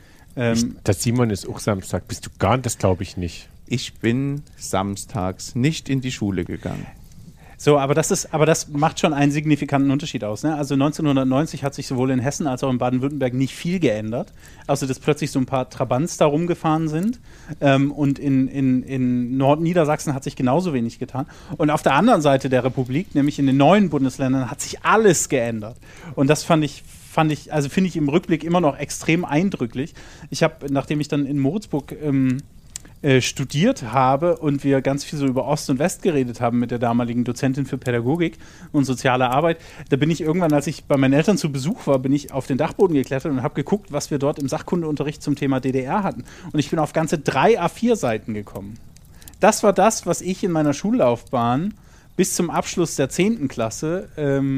Der Simon ist auch Samstag. Bist du gar nicht? Das glaube ich nicht. Ich bin samstags nicht in die Schule gegangen. So, aber das macht schon einen signifikanten Unterschied aus. Ne? Also 1990 hat sich sowohl in Hessen als auch in Baden-Württemberg nicht viel geändert. Also dass plötzlich so ein paar Trabants da rumgefahren sind. Und in Nordniedersachsen hat sich genauso wenig getan. Und auf der anderen Seite der Republik, nämlich in den neuen Bundesländern, hat sich alles geändert. Und das finde ich im Rückblick immer noch extrem eindrücklich. Ich habe, nachdem ich dann in Moritzburg studiert habe und wir ganz viel so über Ost und West geredet haben mit der damaligen Dozentin für Pädagogik und soziale Arbeit, da bin ich irgendwann, als ich bei meinen Eltern zu Besuch war, bin ich auf den Dachboden geklettert und habe geguckt, was wir dort im Sachkundeunterricht zum Thema DDR hatten. Und ich bin auf ganze 3 A4-Seiten gekommen. Das war das, was ich in meiner Schullaufbahn bis zum Abschluss der 10. Klasse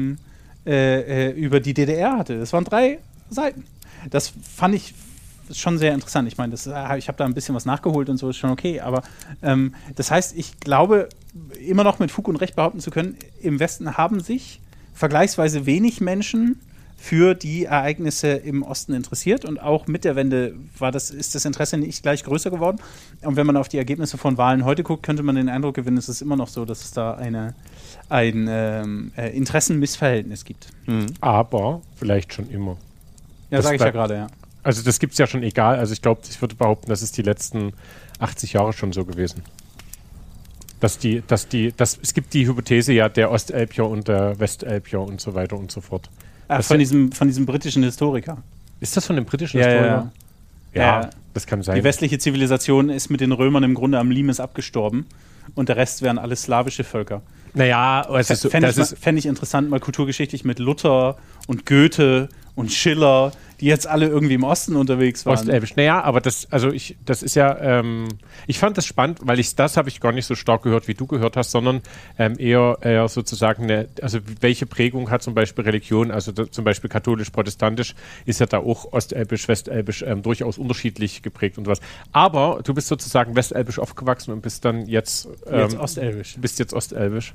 über die DDR hatte. Das waren 3 Seiten. Das fand ich schon sehr interessant. Ich meine, ich habe da ein bisschen was nachgeholt und so, ist schon okay. Aber das heißt, ich glaube, immer noch mit Fug und Recht behaupten zu können, im Westen haben sich vergleichsweise wenig Menschen für die Ereignisse im Osten interessiert. Und auch mit der Wende ist das Interesse nicht gleich größer geworden. Und wenn man auf die Ergebnisse von Wahlen heute guckt, könnte man den Eindruck gewinnen, es ist immer noch so, dass es da ein Interessenmissverhältnis gibt. Aber vielleicht schon immer. Ja, sage ich ja gerade, ja. Also das gibt es ja schon egal. Also ich glaube, ich würde behaupten, das ist die letzten 80 Jahre schon so gewesen. Es gibt die Hypothese ja der Ostelpier und der Westelpier und so weiter und so fort. Ach, von diesem britischen Historiker. Ist das von dem britischen Historiker? Ja, das kann sein. Die westliche Zivilisation ist mit den Römern im Grunde am Limes abgestorben und der Rest wären alles slawische Völker. Naja, fände ich interessant, mal kulturgeschichtlich mit Luther und Goethe und Schiller, die jetzt alle irgendwie im Osten unterwegs waren. Ostelbisch. Naja, aber das ist ja, ich fand das spannend, weil das habe ich gar nicht so stark gehört, wie du gehört hast, sondern eher sozusagen, welche Prägung hat zum Beispiel Religion, also zum Beispiel katholisch-protestantisch, ist ja da auch Ostelbisch, Westelbisch durchaus unterschiedlich geprägt und sowas. Aber du bist sozusagen Westelbisch aufgewachsen und bist dann jetzt Ostelbisch. Bist jetzt Ostelbisch.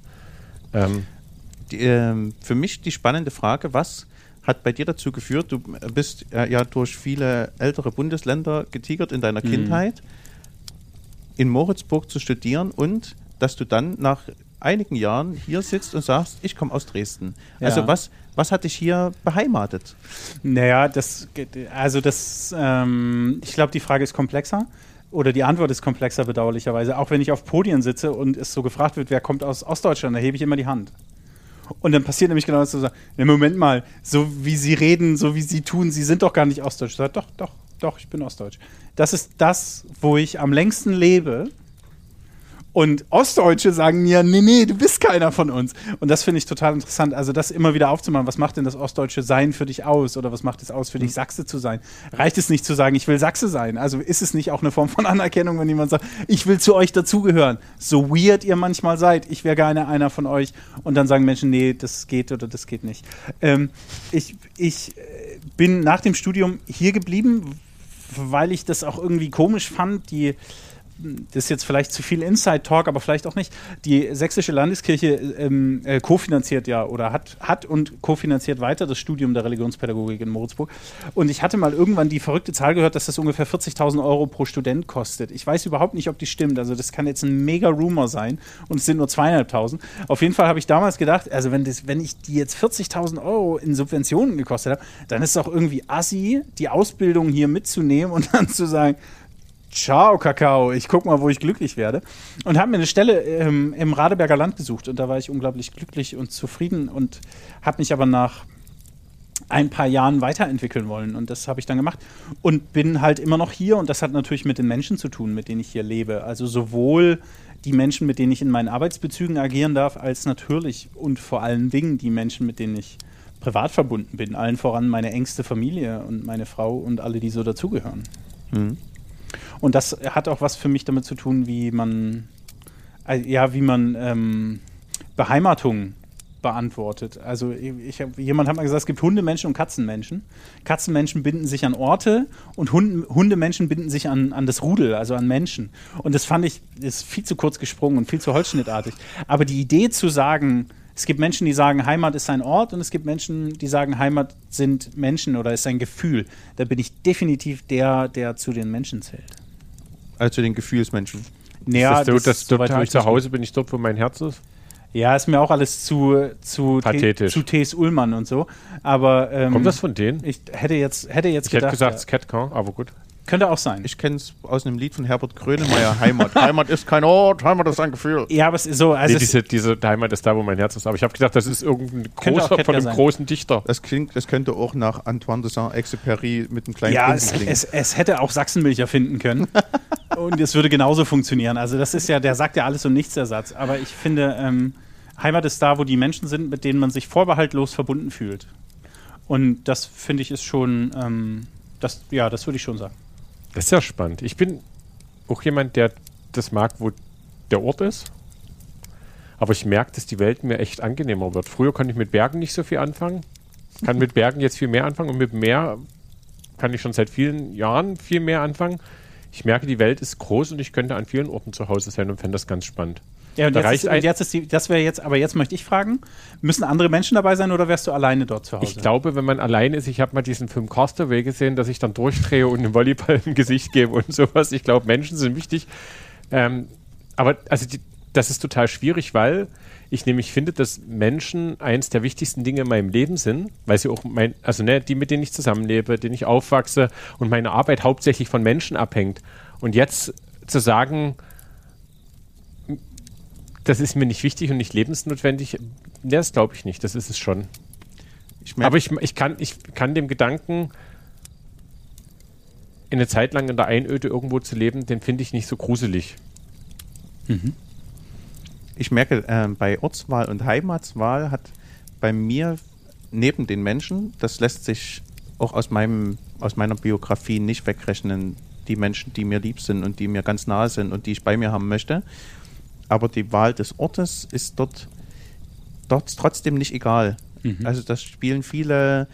Für mich die spannende Frage, was hat bei dir dazu geführt, du bist ja durch viele ältere Bundesländer getigert in deiner Kindheit, in Moritzburg zu studieren und dass du dann nach einigen Jahren hier sitzt und sagst, ich komme aus Dresden. Ja. Also was hat dich hier beheimatet? Naja, ich glaube, die Frage ist komplexer. Oder die Antwort ist komplexer, bedauerlicherweise. Auch wenn ich auf Podien sitze und es so gefragt wird, wer kommt aus Ostdeutschland, da hebe ich immer die Hand. Und dann passiert nämlich genau das, so sagen, Moment mal, so wie Sie reden, so wie Sie tun, Sie sind doch gar nicht Ostdeutsch. Ich sage, doch, ich bin Ostdeutsch. Das ist das, wo ich am längsten lebe. Und Ostdeutsche sagen mir, nee, du bist keiner von uns. Und das finde ich total interessant. Also das immer wieder aufzumachen, was macht denn das ostdeutsche Sein für dich aus? Oder was macht es aus für dich, Sachse zu sein? Reicht es nicht zu sagen, ich will Sachse sein? Also ist es nicht auch eine Form von Anerkennung, wenn jemand sagt, ich will zu euch dazugehören? So weird ihr manchmal seid, ich wäre gerne einer von euch. Und dann sagen Menschen, nee, das geht oder das geht nicht. Ich bin nach dem Studium hier geblieben, weil ich das auch irgendwie komisch fand, das ist jetzt vielleicht zu viel Inside-Talk, aber vielleicht auch nicht. Die Sächsische Landeskirche kofinanziert ja oder hat und kofinanziert weiter das Studium der Religionspädagogik in Moritzburg. Und ich hatte mal irgendwann die verrückte Zahl gehört, dass das ungefähr 40.000 Euro pro Student kostet. Ich weiß überhaupt nicht, ob die stimmt. Also das kann jetzt ein mega Rumor sein und es sind nur 2.500. Auf jeden Fall habe ich damals gedacht, also wenn ich die jetzt 40.000 Euro in Subventionen gekostet habe, dann ist es auch irgendwie assi, die Ausbildung hier mitzunehmen und dann zu sagen, ciao, Kakao, ich guck mal, wo ich glücklich werde. Und habe mir eine Stelle im Radeberger Land gesucht. Und da war ich unglaublich glücklich und zufrieden und habe mich aber nach ein paar Jahren weiterentwickeln wollen. Und das habe ich dann gemacht. Und bin halt immer noch hier. Und das hat natürlich mit den Menschen zu tun, mit denen ich hier lebe. Also sowohl die Menschen, mit denen ich in meinen Arbeitsbezügen agieren darf, als natürlich und vor allen Dingen die Menschen, mit denen ich privat verbunden bin. Allen voran meine engste Familie und meine Frau und alle, die so dazugehören. Mhm. Und das hat auch was für mich damit zu tun, wie man Beheimatung beantwortet. Also jemand hat mal gesagt, es gibt Hundemenschen und Katzenmenschen. Katzenmenschen binden sich an Orte und Hundemenschen binden sich an das Rudel, also an Menschen. Und das fand ich, ist viel zu kurz gesprungen und viel zu holzschnittartig. Aber die Idee zu sagen, es gibt Menschen, die sagen, Heimat ist ein Ort und es gibt Menschen, die sagen, Heimat sind Menschen oder ist ein Gefühl. Da bin ich definitiv der zu den Menschen zählt. Also zu den Gefühlsmenschen. Ja, zu Hause bin ich dort, wo mein Herz ist? Ja, ist mir auch alles zu pathetisch. Zu T.S. Ullmann und so. Aber kommt das von denen? Ich hätte jetzt gedacht. Ich hätte gesagt, Sketka, aber gut. Könnte auch sein. Ich kenne es aus einem Lied von Herbert Grönemeyer, Heimat. Heimat ist kein Ort, Heimat ist ein Gefühl. Ja, aber es ist so. Also diese Heimat ist da, wo mein Herz ist. Aber ich habe gedacht, das ist irgendein großer von einem großen Dichter. Das könnte auch nach Antoine de Saint-Exupéry mit einem kleinen Prinzen klingen. Es hätte auch Sachsenmilch erfinden können. Und es würde genauso funktionieren. Also das ist ja, der sagt ja alles und nichts, der Satz. Aber ich finde, Heimat ist da, wo die Menschen sind, mit denen man sich vorbehaltlos verbunden fühlt. Und das finde ich ist schon, das würde ich schon sagen. Das ist ja spannend. Ich bin auch jemand, der das mag, wo der Ort ist. Aber ich merke, dass die Welt mir echt angenehmer wird. Früher konnte ich mit Bergen nicht so viel anfangen. Kann mit Bergen jetzt viel mehr anfangen. Und mit Meer kann ich schon seit vielen Jahren viel mehr anfangen. Ich merke, die Welt ist groß und ich könnte an vielen Orten zu Hause sein und fände das ganz spannend. Ja, und Da jetzt, reicht aber jetzt möchte ich fragen, müssen andere Menschen dabei sein oder wärst du alleine dort zu Hause? Ich glaube, wenn man allein ist, ich habe mal diesen Film Castaway gesehen, dass ich dann durchdrehe und einen Volleyball im Gesicht gebe und sowas. Ich glaube, Menschen sind wichtig. Aber also das ist total schwierig, weil ich nämlich finde, dass Menschen eins der wichtigsten Dinge in meinem Leben sind, weil sie auch die, mit denen ich zusammenlebe, denen ich aufwachse und meine Arbeit hauptsächlich von Menschen abhängt. Und jetzt zu sagen, das ist mir nicht wichtig und nicht lebensnotwendig, das glaube ich nicht. Das ist es schon. Aber ich kann dem Gedanken, eine Zeit lang in der Einöde irgendwo zu leben, den finde ich nicht so gruselig. Mhm. Ich merke, bei Ortswahl und Heimatswahl hat bei mir neben den Menschen, das lässt sich auch aus meiner Biografie nicht wegrechnen, die Menschen, die mir lieb sind und die mir ganz nahe sind und die ich bei mir haben möchte. Aber die Wahl des Ortes ist dort trotzdem nicht egal. Mhm. Also das spielen viele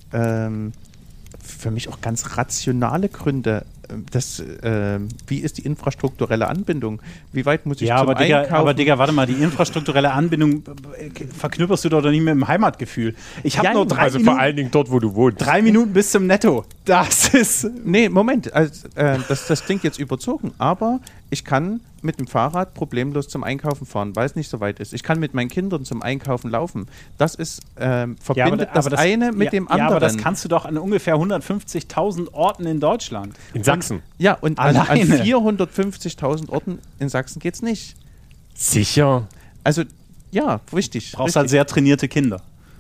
für mich auch ganz rationale Gründe. Wie ist die infrastrukturelle Anbindung? Wie weit muss ich zum Einkaufen? Aber Digga, warte mal, die infrastrukturelle Anbindung verknüpferst du doch nicht mit dem Heimatgefühl. Ich habe nur 3 Minuten. Vor allen Dingen dort, wo du wohnst. 3 Minuten bis zum Netto. Das ist... Nee, Moment. Also, das klingt jetzt überzogen, aber ich kann mit dem Fahrrad problemlos zum Einkaufen fahren, weil es nicht so weit ist. Ich kann mit meinen Kindern zum Einkaufen laufen. Das ist verbindet das eine mit dem anderen. Ja, aber das kannst du doch an ungefähr 150.000 Orten in Deutschland. In Sachsen. Ja, und an 450.000 Orten in Sachsen geht's nicht. Sicher. Also, ja, richtig. Du brauchst halt sehr trainierte Kinder.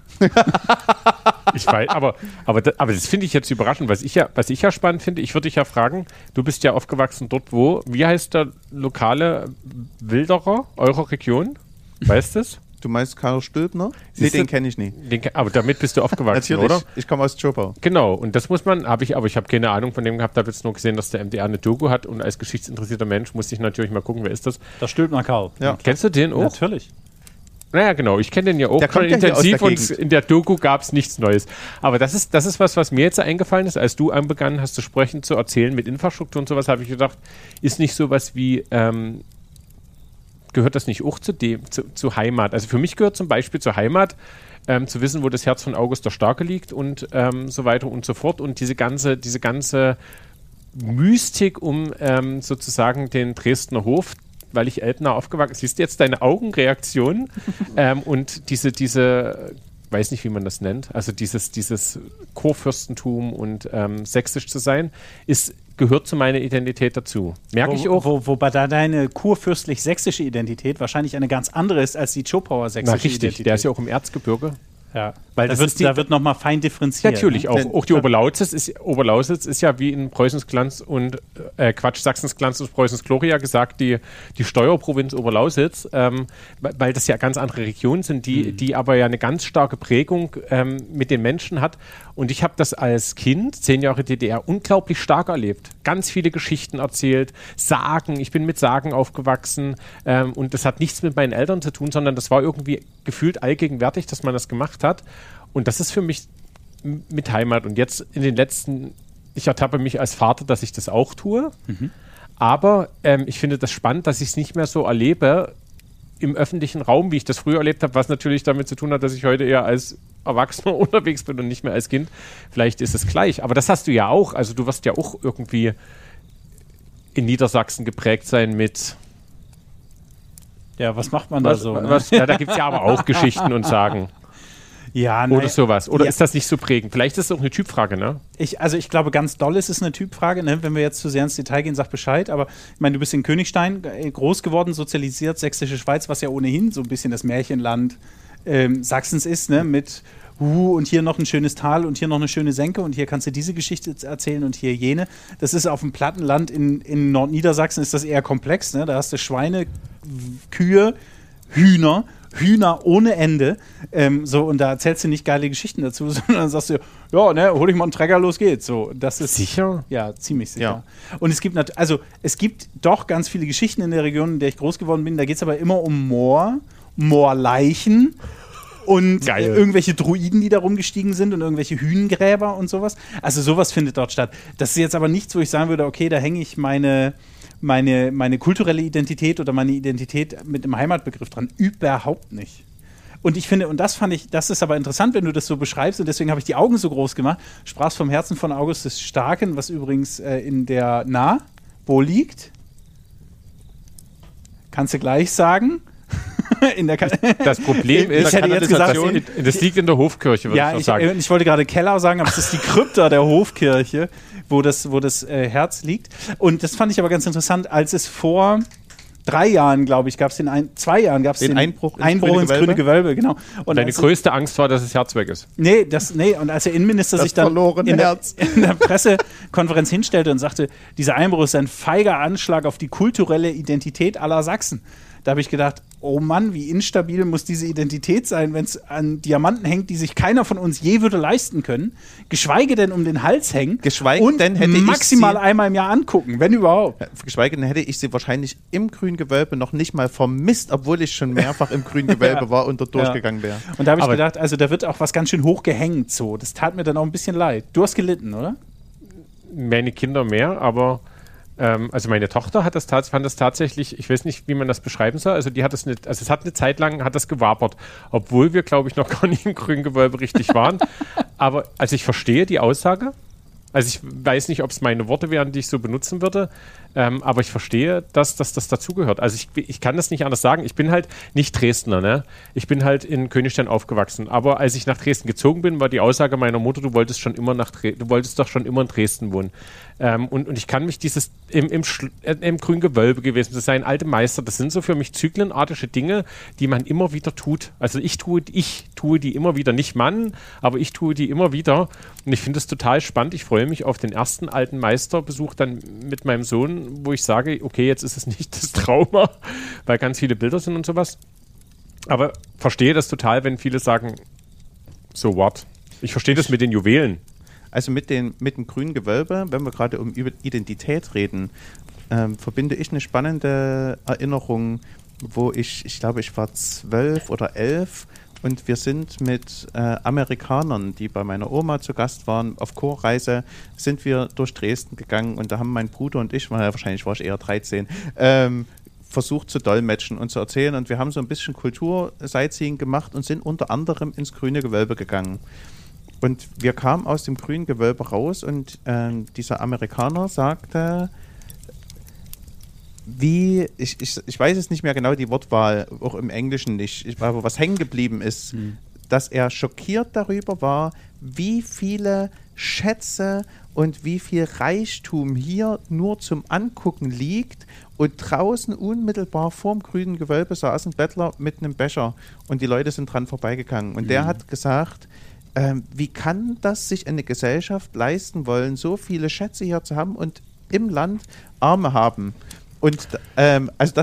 Ich weiß, aber das finde ich jetzt überraschend. Was ich ja spannend finde, ich würde dich ja fragen, du bist ja aufgewachsen dort, wie heißt der lokale Wilderer eurer Region? Weißt du das? Du meinst Karl Stülpner? Nee, den kenne ich nicht. Aber damit bist du aufgewachsen, Natürlich. Oder? Ich komme aus Zschopau. Genau, und das muss man, aber ich habe keine Ahnung von dem gehabt, habe jetzt nur gesehen, dass der MDR eine Doku hat und als geschichtsinteressierter Mensch musste ich natürlich mal gucken, wer ist das? Der Stülpner Karl. Ja. Kennst du den auch? Natürlich. Naja, genau, ich kenne den ja auch schon intensiv und in der Doku gab es nichts Neues. Aber das ist was mir jetzt eingefallen ist, als du anbegonnen hast zu sprechen, zu erzählen mit Infrastruktur und sowas, habe ich gedacht, ist nicht sowas wie, gehört das nicht auch zu Heimat? Also für mich gehört zum Beispiel zur Heimat, zu wissen, wo das Herz von August der Starke liegt und so weiter und so fort und diese ganze Mystik um sozusagen den Dresdner Hof, weil ich elternah aufgewachsen bin. Siehst du jetzt deine Augenreaktion? Und diese, weiß nicht, wie man das nennt, also dieses Kurfürstentum und sächsisch zu sein, gehört zu meiner Identität dazu. Merke ich auch. Wobei da deine kurfürstlich-sächsische Identität wahrscheinlich eine ganz andere ist als die Zschopauer sächsische Identität. Der ist ja auch im Erzgebirge. Ja, weil da wird nochmal fein differenziert. Natürlich, ne? Auch die Oberlausitz ist ja wie in Preußens Glanz und Sachsens Glanz und Preußens Gloria gesagt, die Steuerprovinz Oberlausitz, weil das ja ganz andere Regionen sind, die aber ja eine ganz starke Prägung mit den Menschen hat. Und ich habe das als Kind, 10 Jahre DDR, unglaublich stark erlebt. Ganz viele Geschichten erzählt, Sagen, ich bin mit Sagen aufgewachsen und das hat nichts mit meinen Eltern zu tun, sondern das war irgendwie gefühlt allgegenwärtig, dass man das gemacht hat. Und das ist für mich mit Heimat. Und jetzt ich ertappe mich als Vater, dass ich das auch tue. Mhm. Aber ich finde das spannend, dass ich es nicht mehr so erlebe im öffentlichen Raum, wie ich das früher erlebt habe, was natürlich damit zu tun hat, dass ich heute eher als Erwachsener unterwegs bin und nicht mehr als Kind. Vielleicht ist es gleich. Aber das hast du ja auch. Also du wirst ja auch irgendwie in Niedersachsen geprägt sein mit... Ja, was macht man da so? Ne? Da gibt es ja aber auch Geschichten und Sagen. Ja, oder sowas. Oder ist das nicht so prägend? Vielleicht ist es auch eine Typfrage, ne? Ich glaube, ganz doll ist es eine Typfrage, ne? Wenn wir jetzt zu sehr ins Detail gehen, sag Bescheid. Aber ich meine, du bist in Königstein groß geworden, sozialisiert, sächsische Schweiz, was ja ohnehin so ein bisschen das Märchenland Sachsens ist, ne? Mit und hier noch ein schönes Tal und hier noch eine schöne Senke und hier kannst du diese Geschichte erzählen und hier jene. Das ist auf dem Plattenland in Nordniedersachsen ist das eher komplex, ne? Da hast du Schweine, Kühe, Hühner ohne Ende. Und da erzählst du nicht geile Geschichten dazu, sondern dann sagst du, ja, ne, hol ich mal einen Trecker, los geht's. So, das ist sicher? Ja, ziemlich sicher. Ja. Und es gibt doch ganz viele Geschichten in der Region, in der ich groß geworden bin. Da geht es aber immer um Moorleichen und irgendwelche Druiden, die da rumgestiegen sind und irgendwelche Hünengräber und sowas. Also sowas findet dort statt. Das ist jetzt aber nichts, wo ich sagen würde, okay, da hänge ich meine meine kulturelle Identität oder meine Identität mit dem Heimatbegriff dran. Überhaupt nicht. Und ich finde, und das ist aber interessant, wenn du das so beschreibst, und deswegen habe ich die Augen so groß gemacht. Sprachst vom Herzen von August des Starken, was übrigens in der wo liegt? Kannst du gleich sagen? Das Problem ist, ich hätte jetzt gesagt, das liegt in der Hofkirche, würde ich auch sagen. Ich wollte gerade Keller sagen, aber es ist die Krypta der Hofkirche, wo das Herz liegt. Und das fand ich aber ganz interessant, als es vor 3 Jahren, glaube ich, 2 Jahren gab es den Einbruch ins Grüne Gewölbe, genau. Und deine größte Angst war, dass das Herz weg ist. Und als der Innenminister sich dann in der Pressekonferenz hinstellte und sagte, dieser Einbruch ist ein feiger Anschlag auf die kulturelle Identität aller Sachsen. Da habe ich gedacht, oh Mann, wie instabil muss diese Identität sein, wenn es an Diamanten hängt, die sich keiner von uns je würde leisten können, geschweige denn um den Hals hängen und maximal einmal im Jahr angucken, wenn überhaupt. Geschweige denn hätte ich sie wahrscheinlich im Grüngewölbe noch nicht mal vermisst, obwohl ich schon mehrfach im Grüngewölbe war und dort durchgegangen wäre. Und da habe ich gedacht, also da wird auch was ganz schön hoch gehängt so. Das tat mir dann auch ein bisschen leid. Du hast gelitten, oder? Meine Kinder mehr, aber also meine Tochter fand das tatsächlich, ich weiß nicht, wie man das beschreiben soll, also es hat eine Zeit lang, hat das gewapert, obwohl wir, glaube ich, noch gar nicht im Grüngewölbe richtig waren. Aber also ich verstehe die Aussage, also ich weiß nicht, ob es meine Worte wären, die ich so benutzen würde, aber ich verstehe, dass das dazugehört. Also ich kann das nicht anders sagen. Ich bin halt nicht Dresdner, ne? Ich bin halt in Königstein aufgewachsen. Aber als ich nach Dresden gezogen bin, war die Aussage meiner Mutter, du wolltest doch schon immer in Dresden wohnen. Und ich kann mich im Grüngewölbe gewesen sein, alte Meister, das sind so für mich zyklenartige Dinge, die man immer wieder tut. Also ich tue die immer wieder, nicht Mann, aber ich tue die immer wieder. Und ich finde es total spannend. Ich freue mich auf den ersten alten Meisterbesuch dann mit meinem Sohn, wo ich sage, okay, jetzt ist es nicht das Trauma, weil ganz viele Bilder sind und sowas. Aber verstehe das total, wenn viele sagen, so what? Ich verstehe das mit den Juwelen. Also mit dem grünen Gewölbe, wenn wir gerade um Identität reden, verbinde ich eine spannende Erinnerung, wo ich glaube, ich war 12 oder 11 und wir sind mit Amerikanern, die bei meiner Oma zu Gast waren, auf Chorreise, sind wir durch Dresden gegangen und da haben mein Bruder und ich, wahrscheinlich war ich eher 13, versucht zu dolmetschen und zu erzählen und wir haben so ein bisschen Kultur-Sightseeing gemacht und sind unter anderem ins Grüne Gewölbe gegangen. Und wir kamen aus dem Grünen Gewölbe raus und dieser Amerikaner sagte, ich weiß es nicht mehr genau, die Wortwahl, auch im Englischen nicht, aber was hängen geblieben ist, dass er schockiert darüber war, wie viele Schätze und wie viel Reichtum hier nur zum Angucken liegt und draußen unmittelbar vorm Grünen Gewölbe saßen Bettler mit einem Becher und die Leute sind dran vorbeigegangen. Und der hat gesagt, wie kann das sich eine Gesellschaft leisten wollen, so viele Schätze hier zu haben und im Land Arme haben? Und also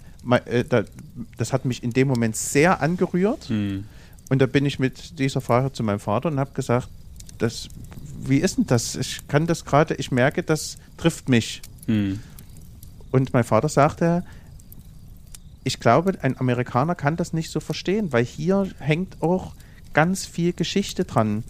das hat mich in dem Moment sehr angerührt. Und da bin ich mit dieser Frage zu meinem Vater und habe gesagt, wie ist denn das? Ich merke, das trifft mich. Und mein Vater sagte, ich glaube, ein Amerikaner kann das nicht so verstehen, weil hier hängt auch ganz viel Geschichte dran.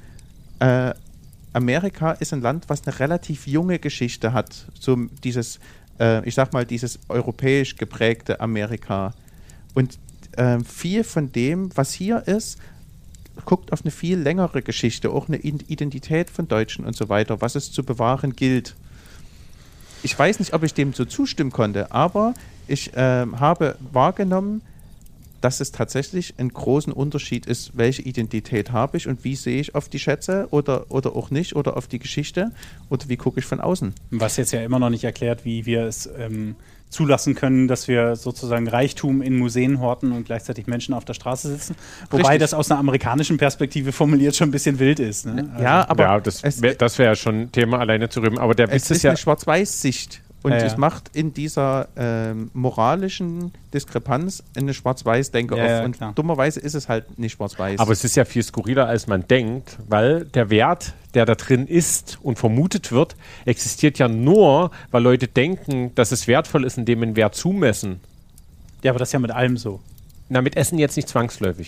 Amerika ist ein Land, was eine relativ junge Geschichte hat. So dieses, ich sag mal, dieses europäisch geprägte Amerika. Und viel von dem, was hier ist, guckt auf eine viel längere Geschichte, auch eine Identität von Deutschen und so weiter, was es zu bewahren gilt. Ich weiß nicht, ob ich dem so zustimmen konnte, aber ich habe wahrgenommen, dass es tatsächlich einen großen Unterschied ist, welche Identität habe ich und wie sehe ich auf die Schätze oder auch nicht oder auf die Geschichte oder wie gucke ich von außen. Was jetzt ja immer noch nicht erklärt, wie wir es zulassen können, dass wir sozusagen Reichtum in Museen horten und gleichzeitig Menschen auf der Straße sitzen. Wobei Richtig. Das aus einer amerikanischen Perspektive formuliert schon ein bisschen wild ist. Ne? Also, ja, aber ja, das wäre ja schon ein Thema alleine zu rühmen. Aber der Witz es ist ja eine Schwarz-Weiß-Sicht. Und es macht in dieser moralischen Diskrepanz eine Schwarz-Weiß-Denke auf. Und klar. dummerweise ist es halt nicht Schwarz-Weiß. Aber es ist ja viel skurriler, als man denkt, weil der Wert, der da drin ist und vermutet wird, existiert ja nur, weil Leute denken, dass es wertvoll ist, indem einen Wert zumessen. Ja, aber das ist ja mit allem so. Na, mit Essen jetzt nicht zwangsläufig.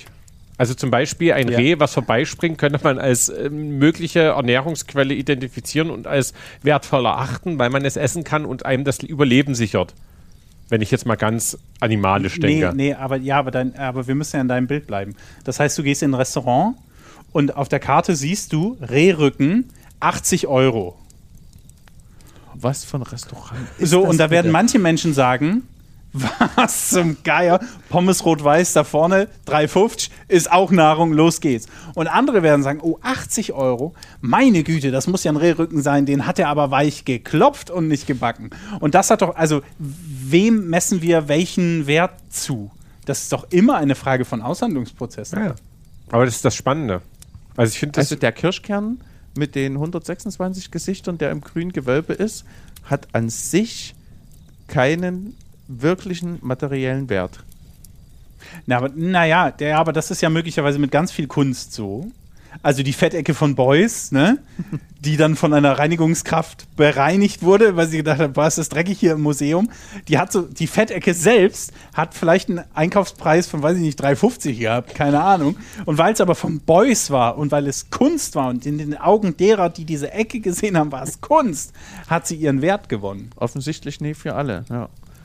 Also zum Beispiel ein Reh, was vorbeispringt, könnte man als mögliche Ernährungsquelle identifizieren und als wertvoll erachten, weil man es essen kann und einem das Überleben sichert. Wenn ich jetzt mal ganz animalisch denke. Aber wir müssen ja in deinem Bild bleiben. Das heißt, du gehst in ein Restaurant und auf der Karte siehst du Rehrücken, 80 €. Was für ein Restaurant ist so, das? Und da werden manche Menschen sagen, was zum Geier, Pommes rot-weiß da vorne, 3,50 ist auch Nahrung, los geht's. Und andere werden sagen, 80 €, meine Güte, das muss ja ein Rehrücken sein, den hat er aber weich geklopft und nicht gebacken. Und das hat doch, also wem messen wir welchen Wert zu? Das ist doch immer eine Frage von Aushandlungsprozessen. Ja. Aber das ist das Spannende. Also ich finde Also der Kirschkern mit den 126 Gesichtern, der im grünen Gewölbe ist, hat an sich keinen wirklichen materiellen Wert. Aber das ist ja möglicherweise mit ganz viel Kunst so. Also die Fettecke von Beuys, ne, die dann von einer Reinigungskraft bereinigt wurde, weil sie gedacht hat, boah, ist das dreckig hier im Museum. Die Fettecke selbst hat vielleicht einen Einkaufspreis von, weiß ich nicht, 3,50 gehabt, keine Ahnung. Und weil es aber von Beuys war und weil es Kunst war und in den Augen derer, die diese Ecke gesehen haben, war es Kunst, hat sie ihren Wert gewonnen. Offensichtlich nicht für alle, ja.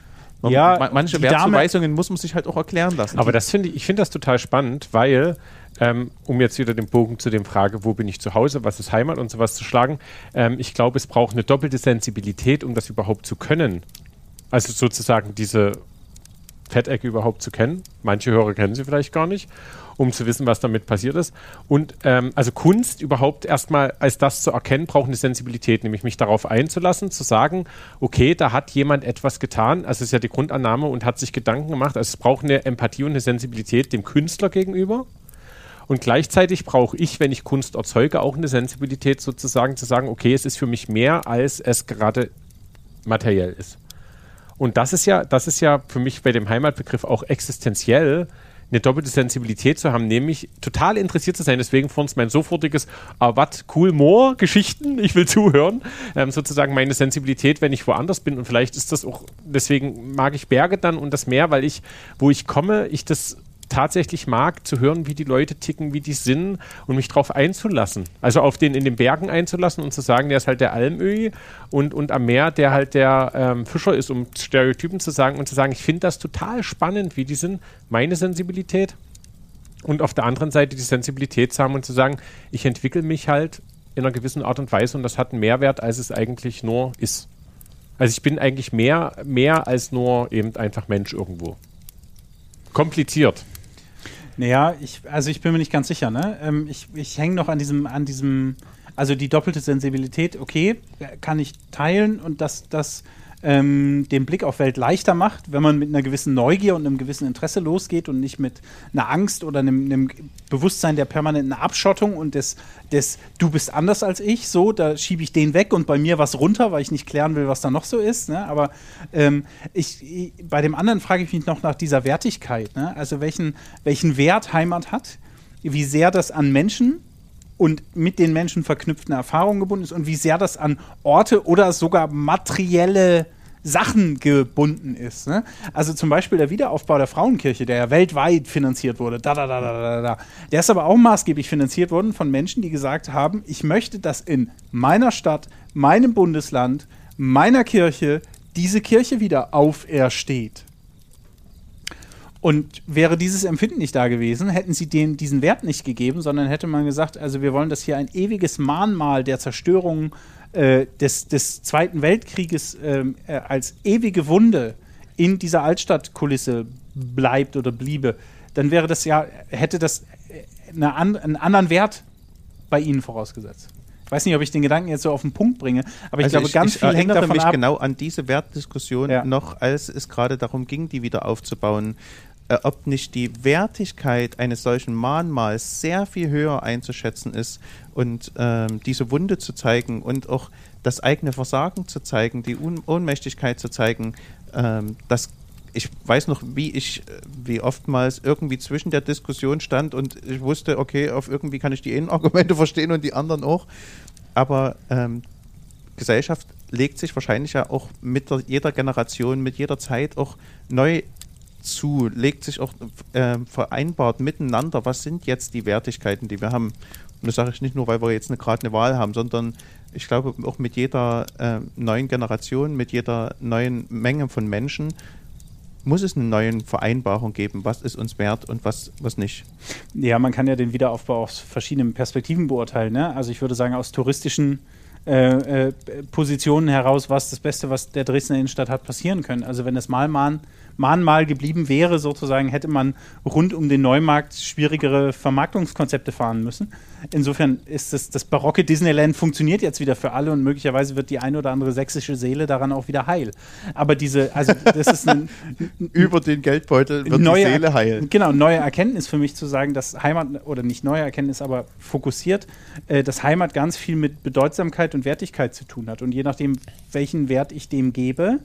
Manche Wertzuweisungen muss man sich halt auch erklären lassen. Aber ich finde das total spannend, weil, um jetzt wieder den Bogen zu der Frage, wo bin ich zu Hause, was ist Heimat und sowas zu schlagen, ich glaube, es braucht eine doppelte Sensibilität, um das überhaupt zu können. Also sozusagen diese Fettecke überhaupt zu kennen. Manche Hörer kennen sie vielleicht gar nicht, um zu wissen, was damit passiert ist. Und also Kunst überhaupt erstmal als das zu erkennen, braucht eine Sensibilität, nämlich mich darauf einzulassen, zu sagen, okay, da hat jemand etwas getan, also ist ja die Grundannahme und hat sich Gedanken gemacht, also es braucht eine Empathie und eine Sensibilität dem Künstler gegenüber. Und gleichzeitig brauche ich, wenn ich Kunst erzeuge, auch eine Sensibilität sozusagen zu sagen, okay, es ist für mich mehr, als es gerade materiell ist. Und das ist ja für mich bei dem Heimatbegriff auch existenziell, eine doppelte Sensibilität zu haben, nämlich total interessiert zu sein. Deswegen von uns mein sofortiges, was, cool, more, Geschichten, ich will zuhören. Sozusagen meine Sensibilität, wenn ich woanders bin. Und vielleicht ist das auch, deswegen mag ich Berge dann und das Meer, weil wo ich komme, ich das tatsächlich mag, zu hören, wie die Leute ticken, wie die sind und mich drauf einzulassen. Also auf den in den Bergen einzulassen und zu sagen, der ist halt der Almöhi und am Meer, der halt der Fischer ist, um Stereotypen zu sagen und zu sagen, ich finde das total spannend, wie die sind, meine Sensibilität. Und auf der anderen Seite die Sensibilität zu haben und zu sagen, ich entwickle mich halt in einer gewissen Art und Weise und das hat einen Mehrwert, als es eigentlich nur ist. Also ich bin eigentlich mehr als nur eben einfach Mensch irgendwo. Kompliziert. Naja, ich bin mir nicht ganz sicher, ne? Ich hänge noch an diesem, also die doppelte Sensibilität, okay, kann ich teilen und das den Blick auf Welt leichter macht, wenn man mit einer gewissen Neugier und einem gewissen Interesse losgeht und nicht mit einer Angst oder einem Bewusstsein der permanenten Abschottung und des du bist anders als ich, so, da schiebe ich den weg und bei mir was runter, weil ich nicht klären will, was da noch so ist, ne? Aber bei dem anderen frage ich mich noch nach dieser Wertigkeit, ne? Also welchen Wert Heimat hat, wie sehr das an Menschen und mit den Menschen verknüpften Erfahrungen gebunden ist und wie sehr das an Orte oder sogar materielle Sachen gebunden ist. Ne? Also zum Beispiel der Wiederaufbau der Frauenkirche, der ja weltweit finanziert wurde, der ist aber auch maßgeblich finanziert worden von Menschen, die gesagt haben, ich möchte, dass in meiner Stadt, meinem Bundesland, meiner Kirche diese Kirche wieder aufersteht. Und wäre dieses Empfinden nicht da gewesen, hätten sie diesen Wert nicht gegeben, sondern hätte man gesagt, also wir wollen, dass hier ein ewiges Mahnmal der Zerstörung des Zweiten Weltkrieges als ewige Wunde in dieser Altstadtkulisse bleibt oder bliebe, dann wäre das ja, hätte das einen anderen Wert bei Ihnen vorausgesetzt. Ich weiß nicht, ob ich den Gedanken jetzt so auf den Punkt bringe, aber ich glaube, ganz viel hängt davon ab. Ich erinnere mich genau an diese Wertdiskussion noch, als es gerade darum ging, die wieder aufzubauen, ob nicht die Wertigkeit eines solchen Mahnmals sehr viel höher einzuschätzen ist und diese Wunde zu zeigen und auch das eigene Versagen zu zeigen, die Ohnmächtigkeit zu zeigen, ich weiß noch, wie oftmals irgendwie zwischen der Diskussion stand und ich wusste, okay, auf irgendwie kann ich die einen Argumente verstehen und die anderen auch. Aber Gesellschaft legt sich wahrscheinlich ja auch mit jeder Generation, mit jeder Zeit auch neu zu, legt sich auch vereinbart miteinander, was sind jetzt die Wertigkeiten, die wir haben. Und das sage ich nicht nur, weil wir jetzt gerade eine Wahl haben, sondern ich glaube auch mit jeder neuen Generation, mit jeder neuen Menge von Menschen muss es eine neue Vereinbarung geben, was ist uns wert und was nicht. Ja, man kann ja den Wiederaufbau aus verschiedenen Perspektiven beurteilen. Ne? Also ich würde sagen, aus touristischen Positionen heraus, was das Beste, was der Dresdner Innenstadt hat passieren können. Also wenn das Mahnmal geblieben wäre, sozusagen, hätte man rund um den Neumarkt schwierigere Vermarktungskonzepte fahren müssen. Insofern ist das barocke Disneyland funktioniert jetzt wieder für alle und möglicherweise wird die eine oder andere sächsische Seele daran auch wieder heil. Aber das ist über den Geldbeutel wird die Seele heil. Genau, neue Erkenntnis für mich zu sagen, dass Heimat, oder nicht neue Erkenntnis, aber fokussiert, dass Heimat ganz viel mit Bedeutsamkeit und Wertigkeit zu tun hat. Und je nachdem, welchen Wert ich dem gebe,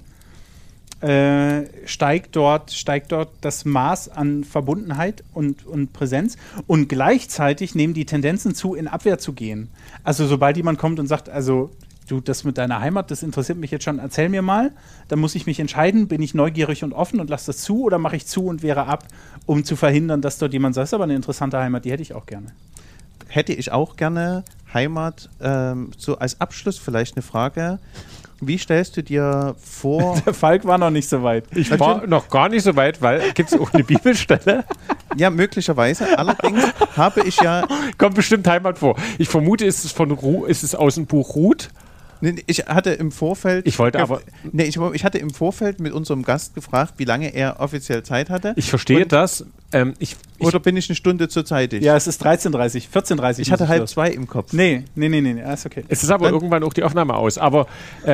steigt dort das Maß an Verbundenheit und Präsenz und gleichzeitig nehmen die Tendenzen zu, in Abwehr zu gehen. Also sobald jemand kommt und sagt, also du, das mit deiner Heimat, das interessiert mich jetzt schon, erzähl mir mal, dann muss ich mich entscheiden, bin ich neugierig und offen und lasse das zu oder mache ich zu und wehre ab, um zu verhindern, dass dort jemand sagt, das ist aber eine interessante Heimat, die hätte ich auch gerne. Hätte ich auch gerne Heimat. So als Abschluss vielleicht eine Frage. Wie stellst du dir vor... Der Falk war noch nicht so weit. Ich war noch gar nicht so weit, weil gibt es auch eine Bibelstelle? Ja, möglicherweise. Allerdings habe ich ja... Kommt bestimmt Heimat vor. Ich vermute, ist es aus dem Buch Ruth? Ich hatte im Vorfeld... Ich hatte im Vorfeld mit unserem Gast gefragt, wie lange er offiziell Zeit hatte. Ich verstehe das. Oder bin ich eine Stunde zu zeitig? Ja, es ist 13:30, 14:30. Ich hatte 1:30 im Kopf. Nee, ist okay. Es ist aber irgendwann auch die Aufnahme aus. Aber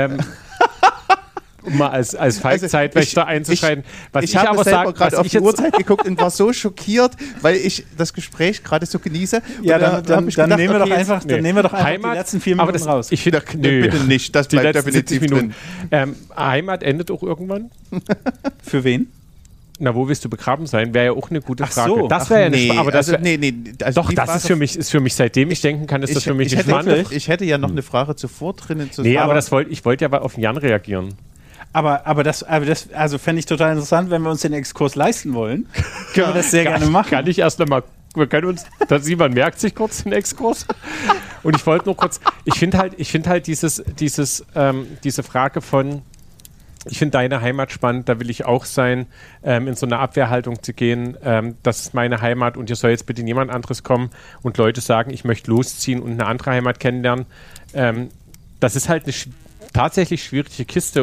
um mal als Falk-Zeitwächter einzuschreiten. Ich habe selber gerade auf die Uhrzeit geguckt und war so schockiert, weil ich das Gespräch gerade so genieße. Ja, dann nehmen wir doch einfach Heimat, die letzten 4 Minuten raus. Ich finde, bitte nicht, das bleibt definitiv drin. Heimat endet auch irgendwann. Für wen? Na, wo willst du begraben sein? Wäre ja auch eine gute Frage. So. Das wäre ja nee, aber das doch, das ist für mich, seitdem ich denken kann, ist das für mich spannend. Ich hätte ja noch eine Frage zuvor drinnen zu sagen. Nee, aber ich wollte ja auf den Jan reagieren. Aber das fände ich total interessant, wenn wir uns den Exkurs leisten wollen. Können wir das sehr gerne machen. Kann ich erst nochmal, wir können uns, Simon merkt sich kurz den Exkurs. Und ich wollte nur kurz, ich finde halt diese Frage von, ich finde deine Heimat spannend, da will ich auch sein, in so eine Abwehrhaltung zu gehen, das ist meine Heimat und hier soll jetzt bitte niemand anderes kommen und Leute sagen, ich möchte losziehen und eine andere Heimat kennenlernen. Das ist halt eine tatsächlich schwierige Kiste,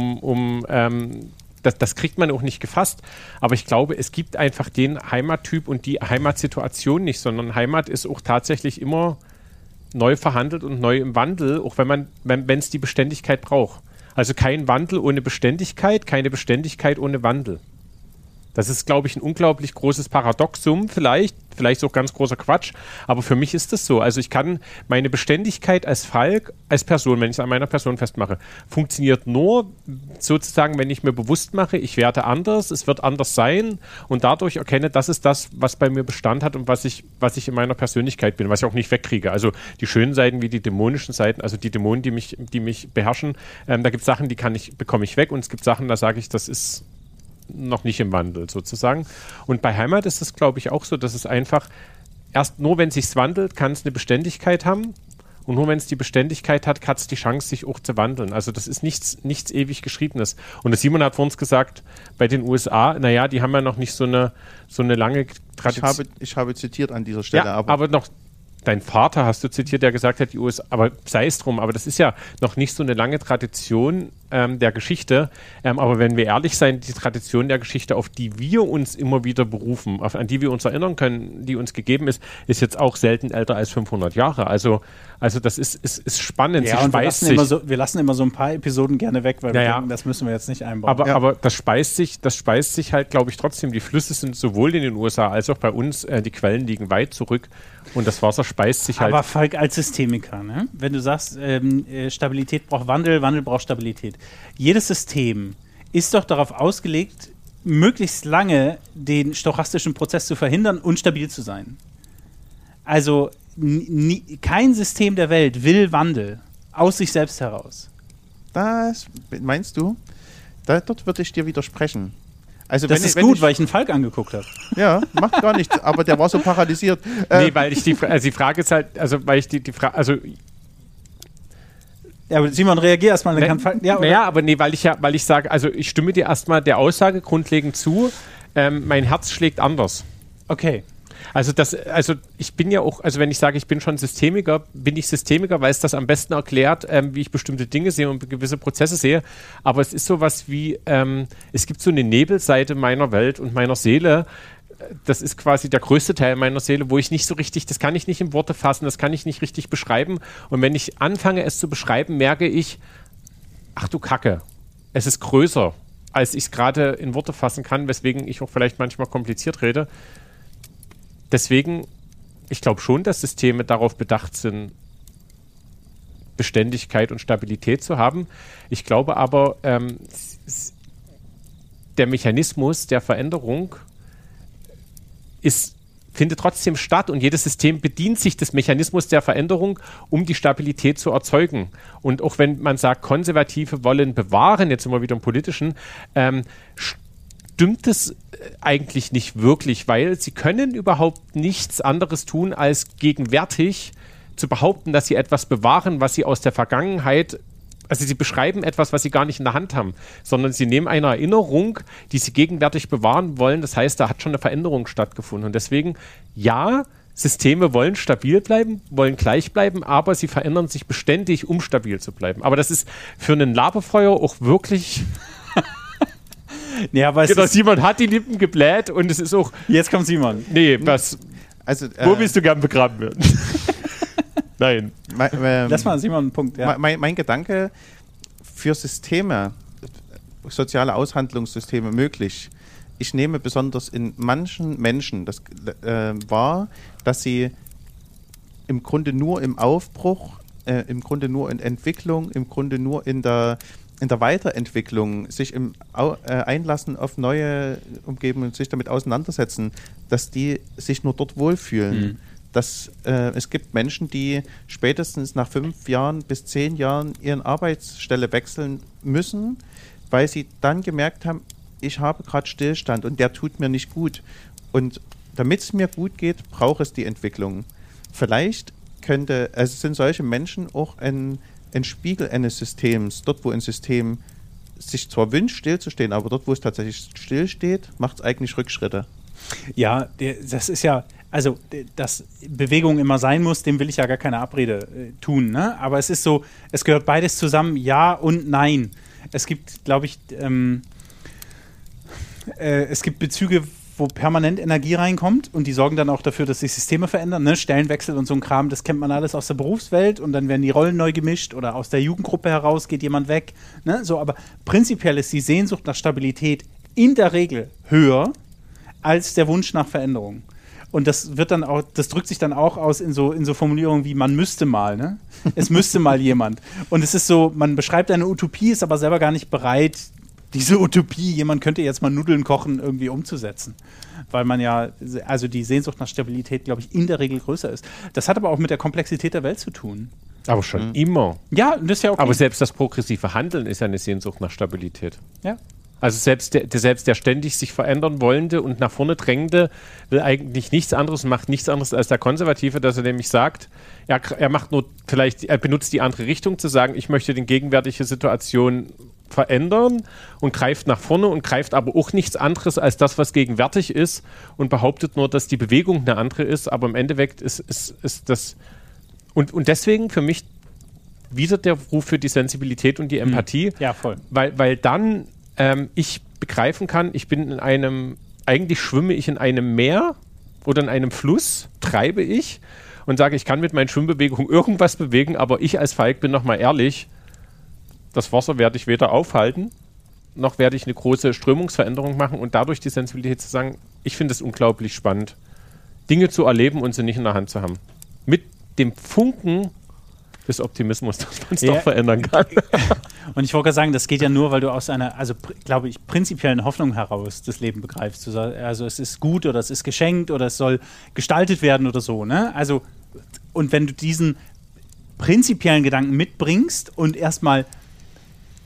das kriegt man auch nicht gefasst, aber ich glaube, es gibt einfach den Heimattyp und die Heimatsituation nicht, sondern Heimat ist auch tatsächlich immer neu verhandelt und neu im Wandel, auch wenn es die Beständigkeit braucht. Also kein Wandel ohne Beständigkeit, keine Beständigkeit ohne Wandel. Das ist, glaube ich, ein unglaublich großes Paradoxum, vielleicht auch ganz großer Quatsch, aber für mich ist das so. Also ich kann meine Beständigkeit als Falk, als Person, wenn ich es an meiner Person festmache, funktioniert nur sozusagen, wenn ich mir bewusst mache, ich werde anders, es wird anders sein und dadurch erkenne, das ist das, was bei mir Bestand hat und was ich in meiner Persönlichkeit bin, was ich auch nicht wegkriege. Also die schönen Seiten wie die dämonischen Seiten, also die Dämonen, die mich beherrschen, da gibt es Sachen, bekomme ich weg und es gibt Sachen, da sage ich, das ist noch nicht im Wandel sozusagen. Und bei Heimat ist es, glaube ich, auch so, dass es einfach erst nur, wenn es sich wandelt, kann es eine Beständigkeit haben und nur wenn es die Beständigkeit hat, hat es die Chance, sich auch zu wandeln. Also das ist nichts ewig Geschriebenes. Und Simon hat vor uns gesagt, bei den USA, naja, die haben ja noch nicht so eine lange Tradition. Ich habe zitiert an dieser Stelle. Ja, aber noch dein Vater hast du zitiert, der gesagt hat, die USA, aber sei es drum, aber das ist ja noch nicht so eine lange Tradition der Geschichte. Aber wenn wir ehrlich sein, die Tradition der Geschichte, auf die wir uns immer wieder berufen, an die wir uns erinnern können, die uns gegeben ist jetzt auch selten älter als 500 Jahre. Also das ist spannend. Ja, und wir lassen immer so ein paar Episoden gerne weg, weil wir denken, das müssen wir jetzt nicht einbauen. Aber das speist sich halt, glaube ich, trotzdem. Die Flüsse sind sowohl in den USA als auch bei uns, die Quellen liegen weit zurück und das Wasser speist sich halt. Aber Falk, als Systemiker, ne? Wenn du sagst, Stabilität braucht Wandel, Wandel braucht Stabilität. Jedes System ist doch darauf ausgelegt, möglichst lange den stochastischen Prozess zu verhindern und stabil zu sein. Also kein System der Welt will Wandel aus sich selbst heraus. Das meinst du? Dort würde ich dir widersprechen. Also das ist gut, weil ich einen Falk angeguckt habe. Ja, macht gar nichts, aber der war so paralysiert. Nee, weil ich die Frage ist halt, also weil ich die Frage, also ja, aber Simon, reagier erstmal. Weil ich sage, also ich stimme dir erstmal der Aussage grundlegend zu, mein Herz schlägt anders. Okay. Also ich bin ja auch, also wenn ich sage, ich bin schon Systemiker, bin ich Systemiker, weil es das am besten erklärt, wie ich bestimmte Dinge sehe und gewisse Prozesse sehe. Aber es ist sowas wie, es gibt so eine Nebelseite meiner Welt und meiner Seele. Das ist quasi der größte Teil meiner Seele, wo ich nicht so richtig, das kann ich nicht in Worte fassen, das kann ich nicht richtig beschreiben. Und wenn ich anfange, es zu beschreiben, merke ich, ach du Kacke, es ist größer, als ich es gerade in Worte fassen kann, weswegen ich auch vielleicht manchmal kompliziert rede. Deswegen, ich glaube schon, dass Systeme darauf bedacht sind, Beständigkeit und Stabilität zu haben. Ich glaube aber, der Mechanismus der Veränderung findet trotzdem statt und jedes System bedient sich des Mechanismus der Veränderung, um die Stabilität zu erzeugen. Und auch wenn man sagt, Konservative wollen bewahren, jetzt sind wir wieder im Politischen, stimmt es eigentlich nicht wirklich, weil sie können überhaupt nichts anderes tun, als gegenwärtig zu behaupten, dass sie etwas bewahren, was sie aus der Vergangenheit, also sie beschreiben etwas, was sie gar nicht in der Hand haben, sondern sie nehmen eine Erinnerung, die sie gegenwärtig bewahren wollen. Das heißt, da hat schon eine Veränderung stattgefunden. Und deswegen, ja, Systeme wollen stabil bleiben, wollen gleich bleiben, aber sie verändern sich beständig, um stabil zu bleiben. Aber das ist für einen Laberfeuer auch wirklich... Ja, aber genau, Simon hat die Lippen gebläht und es ist auch... Jetzt kommt Simon. Nee, was... Also, wo willst du gern begraben werden? Nein. Lass mal Simon einen Punkt. Ja. Mein Gedanke für Systeme, soziale Aushandlungssysteme möglich. Ich nehme besonders in manchen Menschen das wahr, dass sie im Grunde nur im Aufbruch, im Grunde nur in Entwicklung, im Grunde nur in der Weiterentwicklung sich einlassen auf neue Umgebungen und sich damit auseinandersetzen, dass die sich nur dort wohlfühlen. Es gibt Menschen, die spätestens nach 5 Jahren bis 10 Jahren ihren Arbeitsstelle wechseln müssen, weil sie dann gemerkt haben, ich habe gerade Stillstand und der tut mir nicht gut. Und damit es mir gut geht, braucht es die Entwicklung. Vielleicht sind solche Menschen auch ein Spiegel eines Systems. Dort, wo ein System sich zwar wünscht, stillzustehen, aber dort, wo es tatsächlich stillsteht, macht es eigentlich Rückschritte. Ja, das ist ja, also, dass Bewegung immer sein muss, dem will ich ja gar keine Abrede tun, ne? Aber es ist so, es gehört beides zusammen, ja und nein. Es gibt, glaube ich, es gibt Bezüge, wo permanent Energie reinkommt und die sorgen dann auch dafür, dass sich Systeme verändern, ne? Stellenwechsel und so ein Kram, das kennt man alles aus der Berufswelt und dann werden die Rollen neu gemischt oder aus der Jugendgruppe heraus geht jemand weg, ne? So, aber prinzipiell ist die Sehnsucht nach Stabilität in der Regel höher als der Wunsch nach Veränderung. Und das wird dann auch, das drückt sich dann auch aus in so Formulierungen wie man müsste mal, ne? Es müsste mal jemand. Und es ist so, man beschreibt eine Utopie, ist aber selber gar nicht bereit, diese Utopie, jemand könnte jetzt mal Nudeln kochen, irgendwie umzusetzen. Weil man ja, also die Sehnsucht nach Stabilität, glaube ich, in der Regel größer ist. Das hat aber auch mit der Komplexität der Welt zu tun. Aber schon immer. Ja, das ist ja okay. Aber selbst das progressive Handeln ist ja eine Sehnsucht nach Stabilität. Ja. Also selbst der ständig sich verändern wollende und nach vorne drängende will eigentlich nichts anderes, macht nichts anderes als der Konservative, dass er nämlich sagt, er macht nur vielleicht, er benutzt die andere Richtung zu sagen, ich möchte die gegenwärtige Situation verändern und greift nach vorne und greift aber auch nichts anderes als das, was gegenwärtig ist und behauptet nur, dass die Bewegung eine andere ist, aber im Endeffekt ist das und deswegen für mich wieder der Ruf für die Sensibilität und die Empathie. Ja, voll. Weil dann ich begreifen kann, eigentlich schwimme ich in einem Meer oder in einem Fluss, treibe ich und sage, ich kann mit meinen Schwimmbewegungen irgendwas bewegen, aber ich als Falk bin nochmal ehrlich, das Wasser werde ich weder aufhalten, noch werde ich eine große Strömungsveränderung machen und dadurch die Sensibilität zu sagen, ich finde es unglaublich spannend, Dinge zu erleben und sie nicht in der Hand zu haben. Mit dem Funken des Optimismus, dass man es doch verändern kann. Und ich wollte gerade sagen, das geht ja nur, weil du aus einer, also glaube ich, prinzipiellen Hoffnung heraus das Leben begreifst. Also es ist gut oder es ist geschenkt oder es soll gestaltet werden oder so, ne? Also, und wenn du diesen prinzipiellen Gedanken mitbringst und erstmal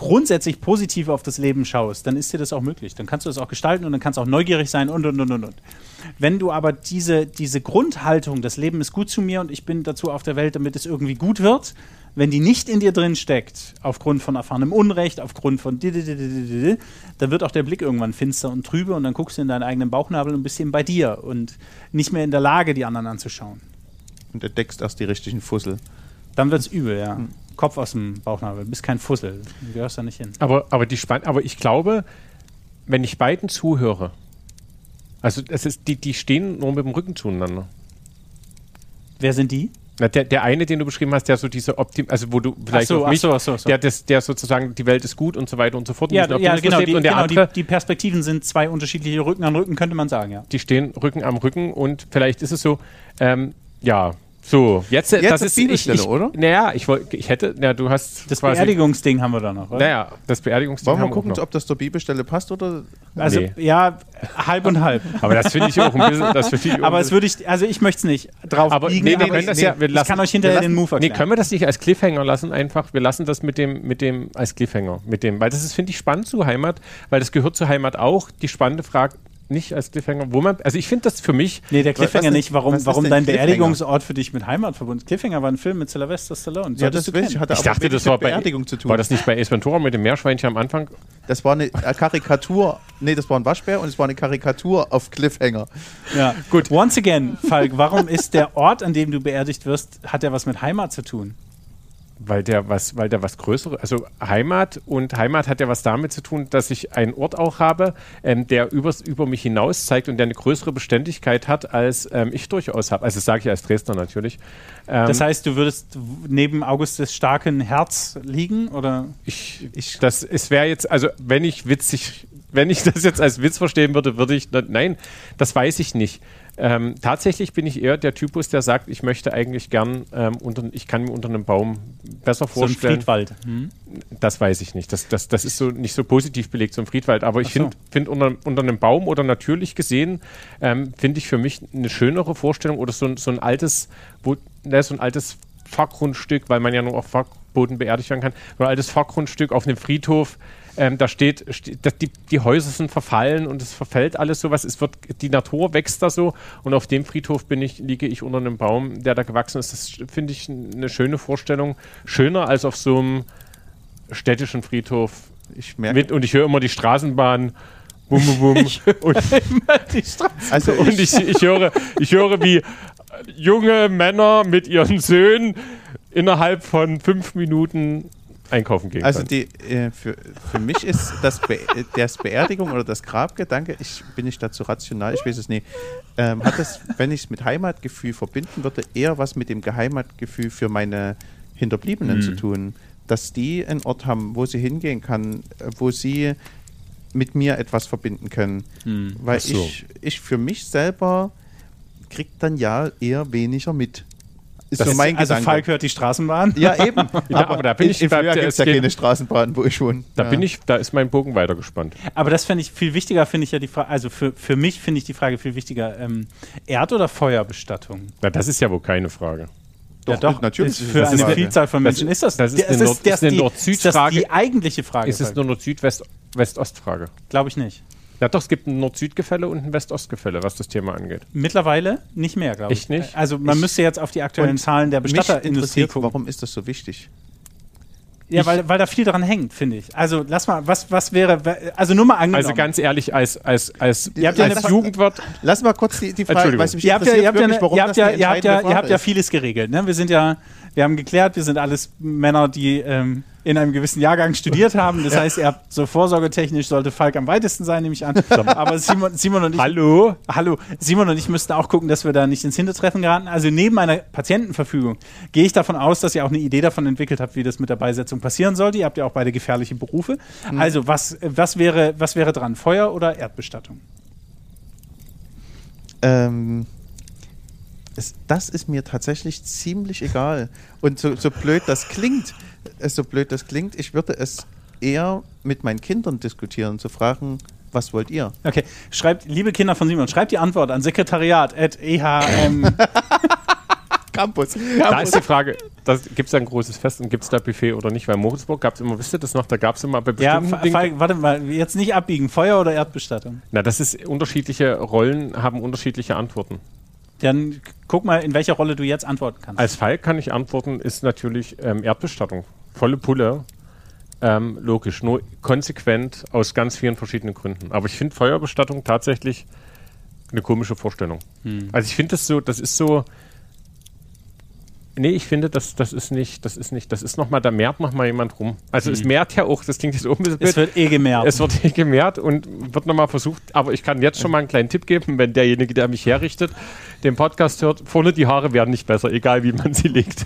grundsätzlich positiv auf das Leben schaust, dann ist dir das auch möglich. Dann kannst du das auch gestalten und dann kannst du auch neugierig sein und. Wenn du aber diese Grundhaltung, das Leben ist gut zu mir und ich bin dazu auf der Welt, damit es irgendwie gut wird, wenn die nicht in dir drin steckt, aufgrund von erfahrenem Unrecht, aufgrund von dann wird auch der Blick irgendwann finster und trübe und dann guckst du in deinen eigenen Bauchnabel und bist eben bei dir und nicht mehr in der Lage, die anderen anzuschauen. Und entdeckst erst die richtigen Fussel. Dann wird's übel, ja. Kopf aus dem Bauchnabel, bist kein Fussel. Du gehörst da nicht hin. Aber ich glaube, wenn ich beiden zuhöre, also die stehen nur mit dem Rücken zueinander. Wer sind die? Na, der eine, den du beschrieben hast, der so diese also wo du vielleicht so. der sozusagen die Welt ist gut und so weiter und so fort. Ja, genau. Und der andere, die Perspektiven sind zwei unterschiedliche Rücken an Rücken, könnte man sagen, ja. Die stehen Rücken am Rücken und vielleicht ist es so, so, jetzt das ist Bibelstelle, oder? Naja, du hast das Beerdigungsding haben wir da noch, oder? Naja, das Beerdigungsding Wollen wir haben mal gucken, noch. ob das zur Bibelstelle passt, oder? Also, Nee. ja, halb und halb. Aber das finde ich auch ein bisschen, Aber es würde ich möchte es nicht drauf Aber biegen, nee, aber wir können das ja, wir ich lassen, kann euch hinterher den Move nee, erklären. können wir das nicht als Cliffhanger lassen einfach? Wir lassen das mit dem als Cliffhanger, weil das ist, finde ich, spannend zu Heimat, weil das gehört zur Heimat auch, die spannende Frage, nicht als Cliffhanger, also ich finde das für mich... Nee, der Cliffhanger was nicht, warum denn dein Cliffhanger? Beerdigungsort für dich mit Heimat verbunden ist. Cliffhanger war ein Film mit Sylvester Stallone. Ja, das weiß ich. Hatte Ich aber dachte, wenig das war mit bei Beerdigung zu tun. War das nicht bei Ace Ventura mit dem Meerschweinchen am Anfang? Das war eine Karikatur. Nee, das war ein Waschbär und es war eine Karikatur auf Cliffhanger. Ja, gut. Once again, Falk, warum ist der Ort, an dem du beerdigt wirst, hat der was mit Heimat zu tun? Weil der was Größeres, also Heimat hat ja was damit zu tun, dass ich einen Ort auch habe, der über mich hinaus zeigt und der eine größere Beständigkeit hat, als ich durchaus habe. Also das sage ich als Dresdner natürlich. Das heißt, du würdest neben August des starken Herz liegen, oder? Es wäre jetzt, also wenn ich das jetzt als Witz verstehen würde ich, nein, das weiß ich nicht. Tatsächlich bin ich eher der Typus, der sagt, ich möchte eigentlich gern, ich kann mir unter einem Baum besser vorstellen. So ein Friedwald. Das weiß ich nicht. Das ist so nicht so positiv belegt, so ein Friedwald. Aber ich finde unter einem Baum oder natürlich gesehen, finde ich für mich eine schönere Vorstellung oder so ein altes, so ein altes Pfarrgrundstück, weil man ja nur auf Pfarrboden beerdigt werden kann, so ein altes Pfarrgrundstück auf einem Friedhof. Da steht die Häuser sind verfallen und es verfällt alles sowas. Die Natur wächst da so und auf dem Friedhof liege ich unter einem Baum, der da gewachsen ist. Das finde ich eine schöne Vorstellung. Schöner als auf so einem städtischen Friedhof. Ich merke. Und ich höre immer die Straßenbahn. Bum, bum, bum. Ich höre, wie junge Männer mit ihren Söhnen innerhalb von 5 Minuten einkaufen gehen Also kann. für mich ist das Beerdigung oder das Grabgedanke, bin ich dazu rational, ich weiß es nicht, hat das, wenn ich es mit Heimatgefühl verbinden würde, eher was mit dem Heimatgefühl für meine Hinterbliebenen zu tun. Dass die einen Ort haben, wo sie hingehen kann, wo sie mit mir etwas verbinden können. Weil so. ich für mich selber kriege dann ja eher weniger mit. Ist Das so mein also Gedanke. Falk hört die Straßenbahn. Ja, eben. aber da bin ich- in Früher da- gibt es ja es geht- keine Straßenbahn, wo ich wohne. Da ist mein Bogen weiter gespannt. Aber das fände ich viel wichtiger, finde ich ja die Frage, also für mich finde ich die Frage viel wichtiger, Erd- oder Feuerbestattung? Na, das ist ja wohl keine Frage. Doch, natürlich. Ist für Das eine ist Vielzahl von Menschen ist das. das ist eine Nord-Süd-Frage. die eigentliche Frage. Ist es nur Nord-Süd-West-Ost-Frage? Glaube ich nicht. Ja doch, es gibt ein Nord-Süd-Gefälle und ein West-Ost-Gefälle, was das Thema angeht. Mittlerweile nicht mehr, glaube ich. Echt nicht? Also man müsste jetzt auf die aktuellen Zahlen der Mich Bestatterindustrie interessiert, gucken. warum ist das so wichtig? Ja, weil da viel dran hängt, finde ich. Also lass mal, was wäre, also nur mal angenommen. Also ganz ehrlich, als Ihr habt ja eine- Jugendwort, Lass mal kurz die Frage, Entschuldigung. weil es mich Ihr habt ja interessiert wirklich, warum das eine ihr habt entscheidende ja Frage vieles geregelt. Ne? Wir haben geklärt, wir sind alles Männer, die in einem gewissen Jahrgang studiert haben. Das heißt, so vorsorgetechnisch sollte Falk am weitesten sein, nehme ich an. Aber Simon und ich. hallo? Hallo, Simon und ich müssten auch gucken, dass wir da nicht ins Hintertreffen geraten. Also neben einer Patientenverfügung gehe ich davon aus, dass ihr auch eine Idee davon entwickelt habt, wie das mit der Beisetzung passieren sollte. Ihr habt ja auch beide gefährliche Berufe. Also was wäre dran? Feuer- oder Erdbestattung? Das ist mir tatsächlich ziemlich egal. Und so blöd das klingt, ich würde es eher mit meinen Kindern diskutieren, zu fragen, was wollt ihr? Campus. Da ist die Frage, gibt es da ein großes Fest und gibt es da Buffet oder nicht? Weil in Moritzburg gab es immer, wisst ihr das noch, da gab es immer bei bestimmten Dingen. Warte mal, jetzt nicht abbiegen, Feuer oder Erdbestattung? Na, das ist, unterschiedliche Rollen haben unterschiedliche Antworten. Dann guck mal, in welcher Rolle du jetzt antworten kannst. Als Fall kann ich antworten, ist natürlich Erdbestattung. Volle Pulle. Logisch, nur konsequent aus ganz vielen verschiedenen Gründen. Aber ich finde Feuerbestattung tatsächlich eine komische Vorstellung. Also ich finde das ist so, nee, ich finde, das ist nochmal, da mehrt nochmal jemand rum. Also es mehrt ja auch, das klingt jetzt auch ein bisschen blöd. Es wird gemehrt. Es wird gemehrt und wird nochmal versucht, aber ich kann jetzt schon mal einen kleinen Tipp geben, wenn derjenige, der mich herrichtet, den Podcast hört, vorne die Haare werden nicht besser, egal wie man sie legt.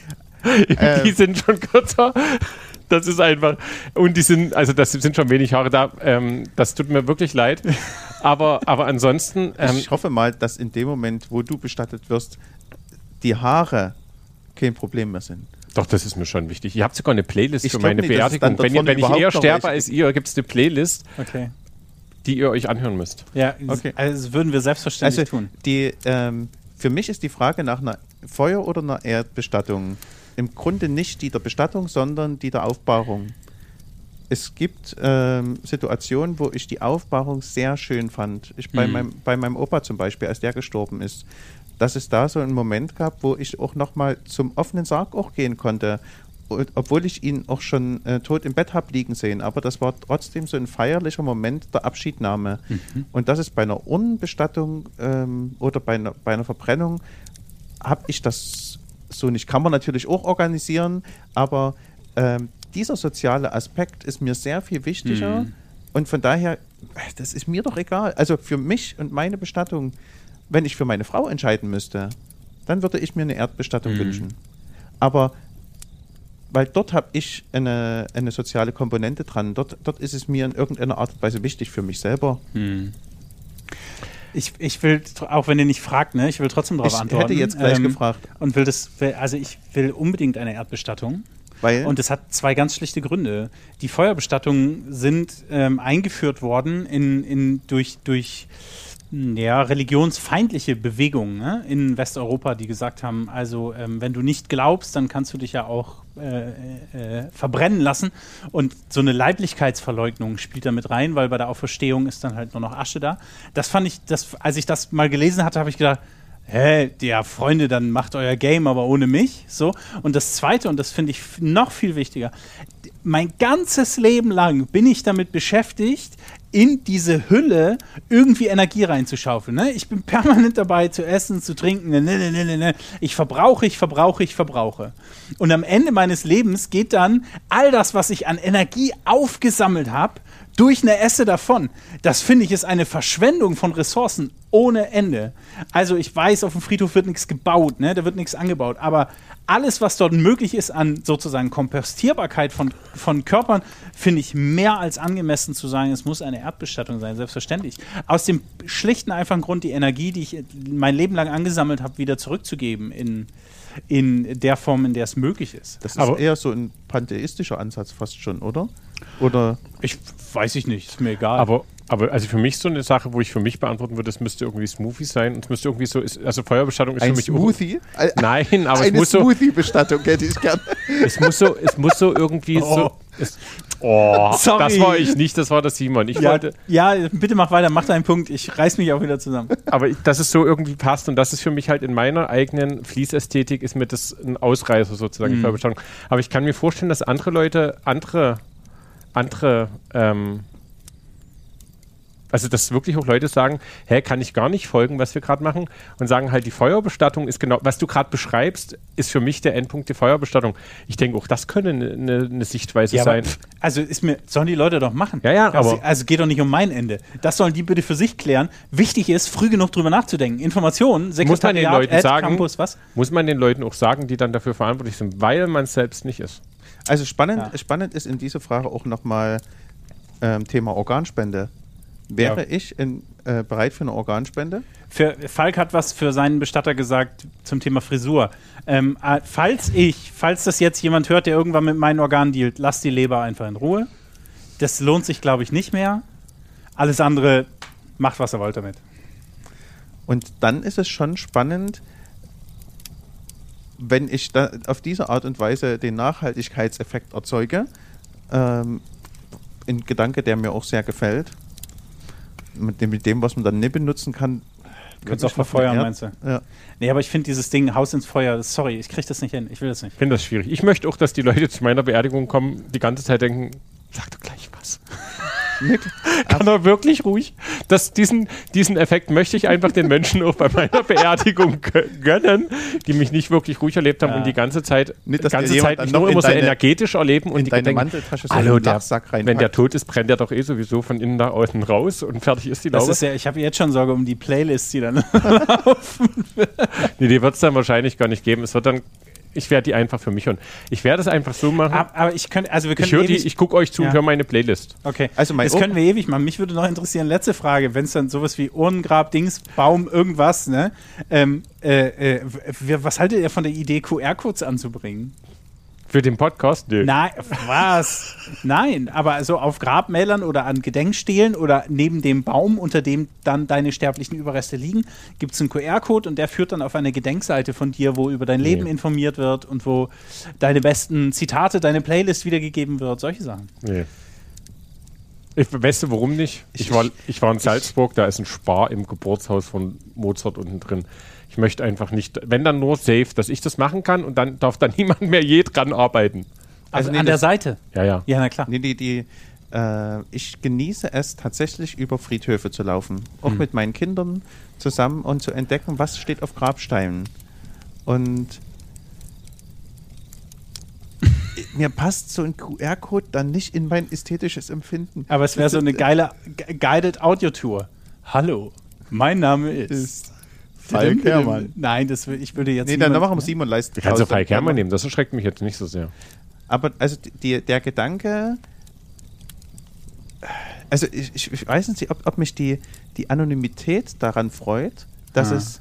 Die sind schon kürzer. Das ist einfach, und das sind schon wenig Haare da, das tut mir wirklich leid, aber ansonsten... ich hoffe mal, dass in dem Moment, wo du bestattet wirst, die Haare kein Problem mehr sind. Doch, das ist mir schon wichtig. Ihr habt sogar eine Playlist für meine Beerdigung. Wenn ich eher sterbe als ihr, gibt es eine Playlist, die ihr euch anhören müsst. Ja, also würden wir selbstverständlich tun. Für mich ist die Frage nach einer Feuer- oder einer Erdbestattung im Grunde nicht die der Bestattung, sondern die der Aufbahrung. Es gibt Situationen, wo ich die Aufbahrung sehr schön fand. Bei meinem Opa zum Beispiel, als der gestorben ist, dass es da so einen Moment gab, wo ich auch nochmal zum offenen Sarg auch gehen konnte. Und, obwohl ich ihn auch schon tot im Bett habe liegen sehen. Aber das war trotzdem so ein feierlicher Moment der Abschiednahme. Und das ist bei einer Urnenbestattung oder bei einer Verbrennung, habe ich das so nicht. Kann man natürlich auch organisieren, aber dieser soziale Aspekt ist mir sehr viel wichtiger und von daher, das ist mir doch egal. Also für mich und meine Bestattung, wenn ich für meine Frau entscheiden müsste, dann würde ich mir eine Erdbestattung wünschen. Aber weil dort habe ich eine soziale Komponente dran, dort ist es mir in irgendeiner Art und Weise wichtig für mich selber. Ich will, auch wenn ihr nicht fragt, ne, ich will trotzdem darauf antworten. Ich hätte jetzt gleich gefragt. Und ich will unbedingt eine Erdbestattung. Weil? Und es hat zwei ganz schlichte Gründe. Die Feuerbestattungen sind eingeführt worden durch religionsfeindliche Bewegungen, ne, in Westeuropa, die gesagt haben, also wenn du nicht glaubst, dann kannst du dich ja auch verbrennen lassen. Und so eine Leiblichkeitsverleugnung spielt da mit rein, weil bei der Auferstehung ist dann halt nur noch Asche da. Das fand ich, als ich das mal gelesen hatte, habe ich gedacht, ja, Freunde, dann macht euer Game, aber ohne mich. So. Und das Zweite, und das finde ich noch viel wichtiger, mein ganzes Leben lang bin ich damit beschäftigt, in diese Hülle irgendwie Energie reinzuschaufeln. Ne? Ich bin permanent dabei, zu essen, zu trinken. Ich verbrauche. Und am Ende meines Lebens geht dann all das, was ich an Energie aufgesammelt habe, durch eine Esse davon. Das finde ich ist eine Verschwendung von Ressourcen ohne Ende. Also ich weiß, auf dem Friedhof wird nichts gebaut, ne? Da wird nichts angebaut, aber alles, was dort möglich ist an sozusagen Kompostierbarkeit von Körpern, finde ich mehr als angemessen zu sagen, es muss eine Erdbestattung sein, selbstverständlich. Aus dem schlichten, einfachen Grund, die Energie, die ich mein Leben lang angesammelt habe, wieder zurückzugeben in der Form, in der es möglich ist. Das ist eher so ein pantheistischer Ansatz fast schon, oder? Weiß ich nicht, ist mir egal. Aber also für mich so eine Sache, wo ich für mich beantworten würde, es müsste irgendwie Smoothie sein und es müsste irgendwie so, also Feuerbestattung ist ein für mich Smoothie? Nein, aber eine es muss so... Smoothie-Bestattung hätte ich gern. Es muss so irgendwie so... Sorry. Das war ich nicht, das war das Simon. Ja, bitte mach weiter, mach deinen Punkt, ich reiß mich auch wieder zusammen. Aber dass es so irgendwie passt und das ist für mich halt in meiner eigenen Fließästhetik ist mir das ein Ausreißer sozusagen, die Feuerbestattung. Aber ich kann mir vorstellen, dass andere Leute, also dass wirklich auch Leute sagen, kann ich gar nicht folgen, was wir gerade machen und sagen halt, die Feuerbestattung ist genau, was du gerade beschreibst, ist für mich der Endpunkt die Feuerbestattung. Ich denke auch, das könnte eine Sichtweise sein. Also sollen die Leute doch machen. Ja, also geht doch nicht um mein Ende. Das sollen die bitte für sich klären. Wichtig ist, früh genug drüber nachzudenken. Informationen, Sekretariat, Campus, was? Muss man den Leuten auch sagen, die dann dafür verantwortlich sind, weil man es selbst nicht ist. Also spannend ist in dieser Frage auch nochmal Thema Organspende. Wäre ich bereit für eine Organspende? Falk hat was für seinen Bestatter gesagt zum Thema Frisur. Falls das jetzt jemand hört, der irgendwann mit meinen Organen dealt, lasst die Leber einfach in Ruhe. Das lohnt sich, glaube ich, nicht mehr. Alles andere, macht, was ihr wollt damit. Und dann ist es schon spannend, wenn ich da auf diese Art und Weise den Nachhaltigkeitseffekt erzeuge, ein Gedanke, der mir auch sehr gefällt, mit dem, was man dann nicht benutzen kann. Könntest du auch verfeuern, meinst du? Ja. Nee, aber ich finde dieses Ding, Haus ins Feuer, sorry, ich kriege das nicht hin, ich will das nicht. Ich finde das schwierig. Ich möchte auch, dass die Leute zu meiner Beerdigung kommen, die ganze Zeit denken, sag doch gleich was. Kann er wirklich ruhig? Diesen Effekt möchte ich einfach den Menschen auch bei meiner Beerdigung gönnen, die mich nicht wirklich ruhig erlebt haben und die ganze Zeit nicht nur immer so energetisch erleben und in die deine denken, Manteltasche so hallo, einen Lachsack reinpackt. wenn der tot ist, brennt der doch eh sowieso von innen nach außen raus und fertig ist die Laube. Ich habe jetzt schon Sorge um die Playlists, die dann Nee, die wird es dann wahrscheinlich gar nicht geben. Ich werde die einfach für mich hören. Ich werde es einfach so machen. Aber wir können ich gucke euch zu und höre meine Playlist. Okay, also das können wir ewig machen. Mich würde noch interessieren, letzte Frage, wenn es dann sowas wie Urnengrab, Dings, Baum, irgendwas, ne? Was haltet ihr von der Idee, QR-Codes anzubringen? Für den Podcast? Nee. Nein, was? Nein, aber so auf Grabmälern oder an Gedenkstelen oder neben dem Baum, unter dem dann deine sterblichen Überreste liegen, gibt es einen QR-Code und der führt dann auf eine Gedenkseite von dir, wo über dein Leben informiert wird und wo deine besten Zitate, deine Playlist wiedergegeben wird, solche Sachen. Nee. Weißt du, warum nicht? Ich war in Salzburg, da ist ein Spar im Geburtshaus von Mozart unten drin. Ich möchte einfach nicht, wenn dann nur safe, dass ich das machen kann und dann darf da niemand mehr je dran arbeiten. Also an der Seite? Ja. Ja, na klar. Nee, ich genieße es tatsächlich, über Friedhöfe zu laufen. Auch mit meinen Kindern zusammen und zu entdecken, was steht auf Grabsteinen. Und mir passt so ein QR-Code dann nicht in mein ästhetisches Empfinden. Aber es wäre so eine geile Guided Audio-Tour. Hallo, mein Name ist Falk Herrmann. Nein, ich würde jetzt. Nee, dann machen wir Simon Leist. Du kannst du Falk Herrmann nehmen, das erschreckt mich jetzt nicht so sehr. Aber also der Gedanke, also ich weiß nicht, ob mich die Anonymität daran freut, dass es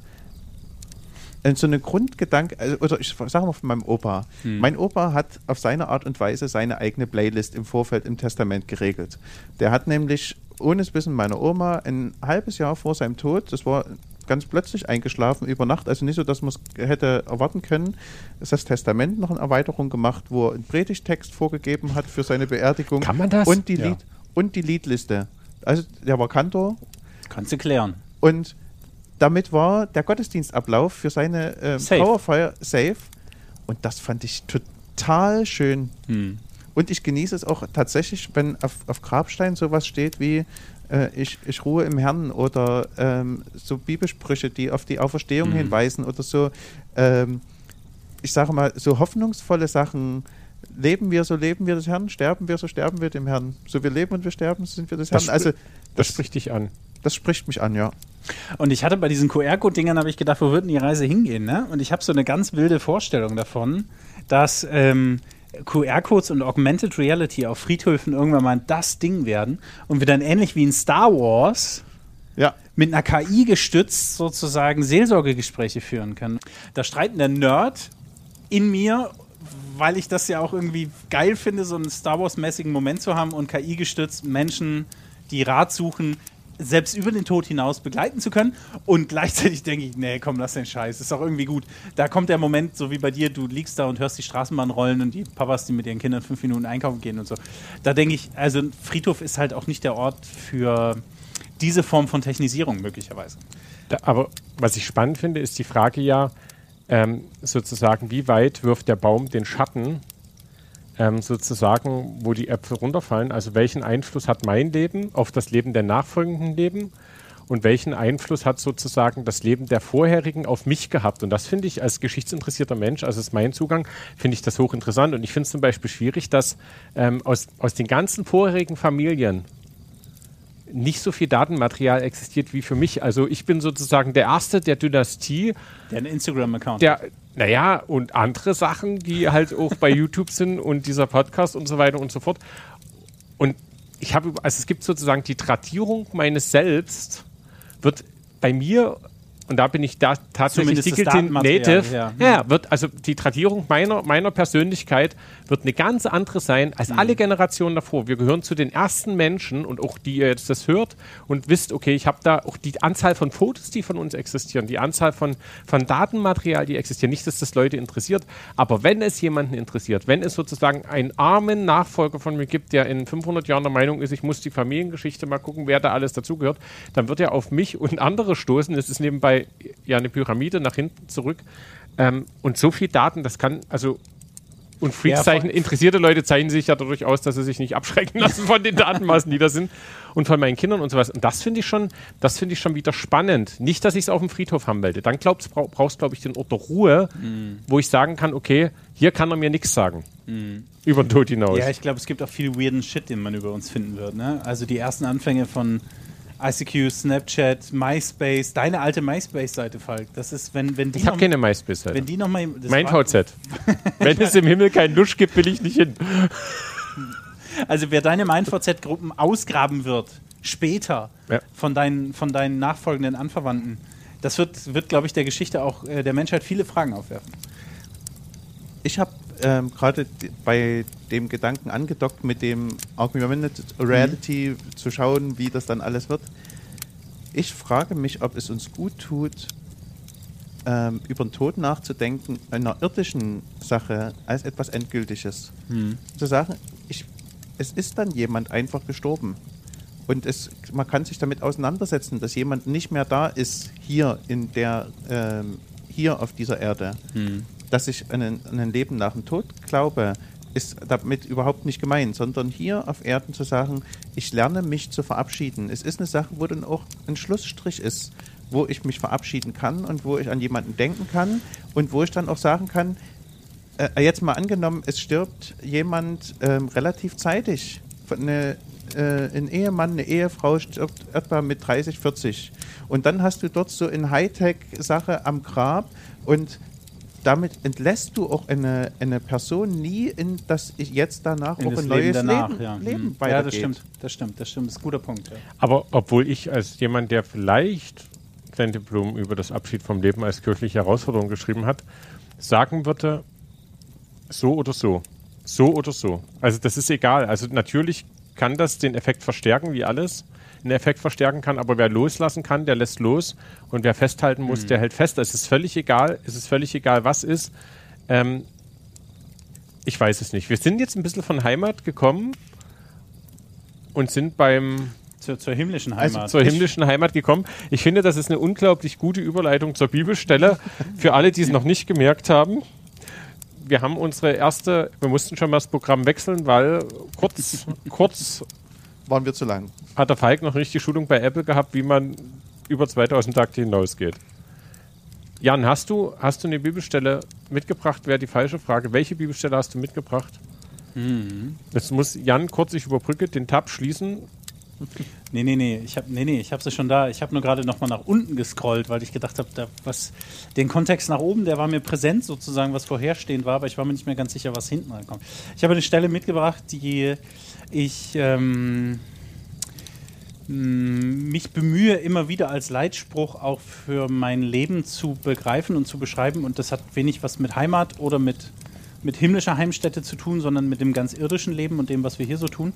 so eine Grundgedanke, oder ich sage mal von meinem Opa. Mein Opa hat auf seine Art und Weise seine eigene Playlist im Vorfeld im Testament geregelt. Der hat nämlich, ohne das Wissen meiner Oma, ein halbes Jahr vor seinem Tod, das war ganz plötzlich eingeschlafen über Nacht, also nicht so, dass man es hätte erwarten können, ist das Testament noch eine Erweiterung gemacht, wo er einen Predigttext vorgegeben hat für seine Beerdigung. Kann man das? Und die Liedliste. Also der war Kantor. Kannst du klären. Und damit war der Gottesdienstablauf für seine Trauerfeier safe. Und das fand ich total schön. Und ich genieße es auch tatsächlich, wenn auf Grabstein sowas steht wie ich ruhe im Herrn oder so Bibelsprüche, die auf die Auferstehung hinweisen oder so, ich sage mal, so hoffnungsvolle Sachen. Leben wir, so leben wir des Herrn, sterben wir, so sterben wir dem Herrn. So wir leben und wir sterben, so sind wir des Herrn. Also das spricht dich an. Das spricht mich an, ja. Und ich hatte bei diesen QR-Code-Dingern, habe ich gedacht, wo wird denn die Reise hingehen, ne? Und ich habe so eine ganz wilde Vorstellung davon, dass QR-Codes und Augmented Reality auf Friedhöfen irgendwann mal das Ding werden und wir dann ähnlich wie in Star Wars mit einer KI gestützt sozusagen Seelsorgegespräche führen können. Da streiten der Nerd in mir, weil ich das ja auch irgendwie geil finde, so einen Star Wars-mäßigen Moment zu haben und KI gestützt Menschen, die Rat suchen, selbst über den Tod hinaus begleiten zu können. Und gleichzeitig denke ich, nee, komm, lass den Scheiß. Ist doch irgendwie gut. Da kommt der Moment, so wie bei dir, du liegst da und hörst die Straßenbahn rollen und die Papas, die mit ihren Kindern 5 Minuten einkaufen gehen und so. Da denke ich, also ein Friedhof ist halt auch nicht der Ort für diese Form von Technisierung möglicherweise. Aber was ich spannend finde, ist die Frage sozusagen, wie weit wirft der Baum den Schatten sozusagen, wo die Äpfel runterfallen. Also welchen Einfluss hat mein Leben auf das Leben der nachfolgenden Leben und welchen Einfluss hat sozusagen das Leben der vorherigen auf mich gehabt. Und das finde ich als geschichtsinteressierter Mensch, also ist mein Zugang, finde ich das hochinteressant. Und ich finde es zum Beispiel schwierig, dass aus den ganzen vorherigen Familien nicht so viel Datenmaterial existiert wie für mich. Also ich bin sozusagen der Erste der Dynastie. Der einen Instagram-Account. Naja, und andere Sachen, die halt auch bei YouTube sind und dieser Podcast und so weiter und so fort. Und es gibt sozusagen die Tradierung meines Selbst, wird bei mir und da bin ich da tatsächlich Zumindest das Digital Datenmaterial, Native, wird, also die Tradierung meiner Persönlichkeit wird eine ganz andere sein als alle Generationen davor. Wir gehören zu den ersten Menschen und auch die ihr jetzt das hört und wisst, okay, ich habe da auch die Anzahl von Fotos, die von uns existieren, die Anzahl von Datenmaterial, die existieren. Nicht, dass das Leute interessiert, aber wenn es jemanden interessiert, wenn es sozusagen einen armen Nachfolger von mir gibt, der in 500 Jahren der Meinung ist, ich muss die Familiengeschichte mal gucken, wer da alles dazugehört, dann wird er auf mich und andere stoßen. Das ist nebenbei ja eine Pyramide nach hinten zurück. Und so viel Daten, das kann, also und Freaks interessierte Leute zeichnen sich ja dadurch aus, dass sie sich nicht abschrecken lassen von den Datenmassen, die da sind und von meinen Kindern und sowas. Und das finde ich schon wieder spannend. Nicht, dass ich es auf dem Friedhof haben wollte. Dann brauchst du, glaube ich, den Ort der Ruhe, wo ich sagen kann, okay, hier kann er mir nichts sagen. Über den Tod hinaus. Ja, ich glaube, es gibt auch viel weirden Shit, den man über uns finden wird. Ne? Also die ersten Anfänge von ICQ, Snapchat, MySpace, deine alte MySpace-Seite, Falk. Das ist, wenn die ich habe keine MySpace-Seite. Wenn die noch mal, mein VZ. Wenn es im Himmel keinen Lusch gibt, will ich nicht hin. Also wer deine MeinVZ-Gruppen ausgraben wird, später von deinen nachfolgenden Anverwandten, das wird glaube ich, der Geschichte auch der Menschheit viele Fragen aufwerfen. Ich habe gerade bei dem Gedanken angedockt, mit dem Augmented Reality zu schauen, wie das dann alles wird. Ich frage mich, ob es uns gut tut, über den Tod nachzudenken, einer irdischen Sache als etwas Endgültiges. Zu sagen, es ist dann jemand einfach gestorben. Und man kann sich damit auseinandersetzen, dass jemand nicht mehr da ist, hier auf dieser Erde. Dass ich an ein Leben nach dem Tod glaube, ist damit überhaupt nicht gemeint, sondern hier auf Erden zu sagen, ich lerne mich zu verabschieden. Es ist eine Sache, wo dann auch ein Schlussstrich ist, wo ich mich verabschieden kann und wo ich an jemanden denken kann und wo ich dann auch sagen kann, jetzt mal angenommen, es stirbt jemand relativ zeitig, ein Ehemann, eine Ehefrau stirbt etwa mit 30, 40 und dann hast du dort so eine Hightech-Sache am Grab und damit entlässt du auch eine Person nie in das jetzt danach in auch das ein neues Leben weitergeht. Ja, das stimmt. Das ist ein guter Punkt. Ja. Aber obwohl ich als jemand, der vielleicht Kleine Blum über das Abschied vom Leben als kirchliche Herausforderung geschrieben hat, sagen würde, so oder so. So oder so. Also das ist egal. Also natürlich kann das den Effekt verstärken, wie alles einen Effekt verstärken kann, aber wer loslassen kann, der lässt los und wer festhalten muss, der hält fest. Es ist völlig egal, was ist. Ich weiß es nicht. Wir sind jetzt ein bisschen von Heimat gekommen und sind zur himmlischen Heimat. Also zur himmlischen Heimat gekommen. Ich finde, das ist eine unglaublich gute Überleitung zur Bibelstelle. Für alle, die es noch nicht gemerkt haben. Wir haben wir mussten schon mal das Programm wechseln, weil kurz waren wir zu lang. Hat der Falk noch nicht die Schulung bei Apple gehabt, wie man über 2000 Takte hinausgeht. Jan, hast du eine Bibelstelle mitgebracht? Wäre die falsche Frage. Welche Bibelstelle hast du mitgebracht? Jetzt muss Jan kurz, ich überbrücke, den Tab schließen. Nee. Ich habe sie schon da. Ich habe nur gerade nochmal nach unten gescrollt, weil ich gedacht habe, den Kontext nach oben, der war mir präsent sozusagen, was vorherstehend war, aber ich war mir nicht mehr ganz sicher, was hinten reinkommt. Ich habe eine Stelle mitgebracht, die ich mich bemühe, immer wieder als Leitspruch auch für mein Leben zu begreifen und zu beschreiben. Und das hat wenig was mit Heimat oder mit himmlischer Heimstätte zu tun, sondern mit dem ganz irdischen Leben und dem, was wir hier so tun.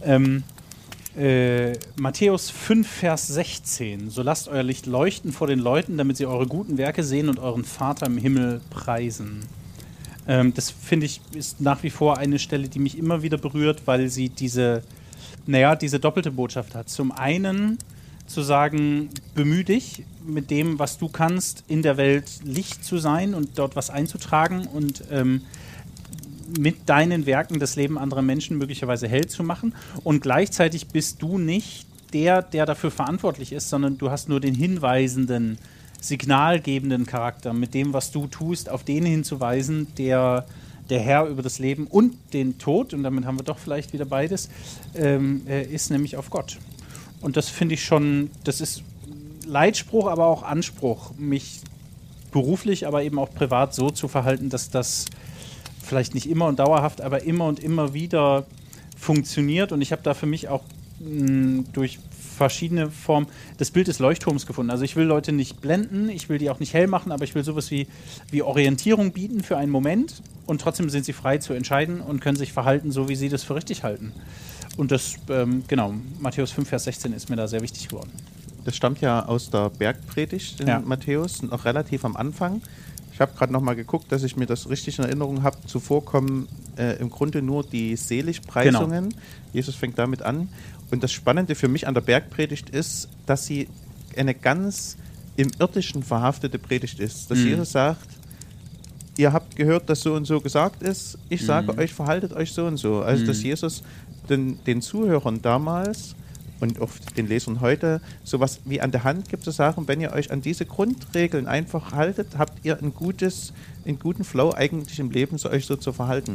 Matthäus 5, Vers 16. So lasst euer Licht leuchten vor den Leuten, damit sie eure guten Werke sehen und euren Vater im Himmel preisen. Das finde ich ist nach wie vor eine Stelle, die mich immer wieder berührt, weil sie diese doppelte Botschaft hat. Zum einen zu sagen, bemühe dich mit dem, was du kannst, in der Welt Licht zu sein und dort was einzutragen und mit deinen Werken das Leben anderer Menschen möglicherweise hell zu machen. Und gleichzeitig bist du nicht der dafür verantwortlich ist, sondern du hast nur den hinweisenden, signalgebenden Charakter, mit dem, was du tust, auf den hinzuweisen, der Herr über das Leben und den Tod, und damit haben wir doch vielleicht wieder beides, ist nämlich auf Gott. Und das finde ich schon, das ist Leitspruch, aber auch Anspruch, mich beruflich, aber eben auch privat so zu verhalten, dass das vielleicht nicht immer und dauerhaft, aber immer und immer wieder funktioniert. Und ich habe da für mich auch durch verschiedene Formen das Bild des Leuchtturms gefunden. Also ich will Leute nicht blenden, ich will die auch nicht hell machen, aber ich will sowas wie Orientierung bieten für einen Moment und trotzdem sind sie frei zu entscheiden und können sich verhalten, so wie sie das für richtig halten. Und das, Matthäus 5, Vers 16 ist mir da sehr wichtig geworden. Das stammt ja aus der Bergpredigt in Matthäus, noch relativ am Anfang. Ich habe gerade noch mal geguckt, dass ich mir das richtig in Erinnerung habe. Zuvor kommen im Grunde nur die Seligpreisungen. Genau. Jesus fängt damit an. Und das Spannende für mich an der Bergpredigt ist, dass sie eine ganz im Irdischen verhaftete Predigt ist. Dass Jesus sagt, ihr habt gehört, dass so und so gesagt ist. Ich sage euch, verhaltet euch so und so. Also dass Jesus den Zuhörern damals und auch den Lesern heute sowas wie an der Hand gibt, zu sagen, wenn ihr euch an diese Grundregeln einfach haltet, habt ihr einen guten Flow eigentlich im Leben, euch so zu verhalten.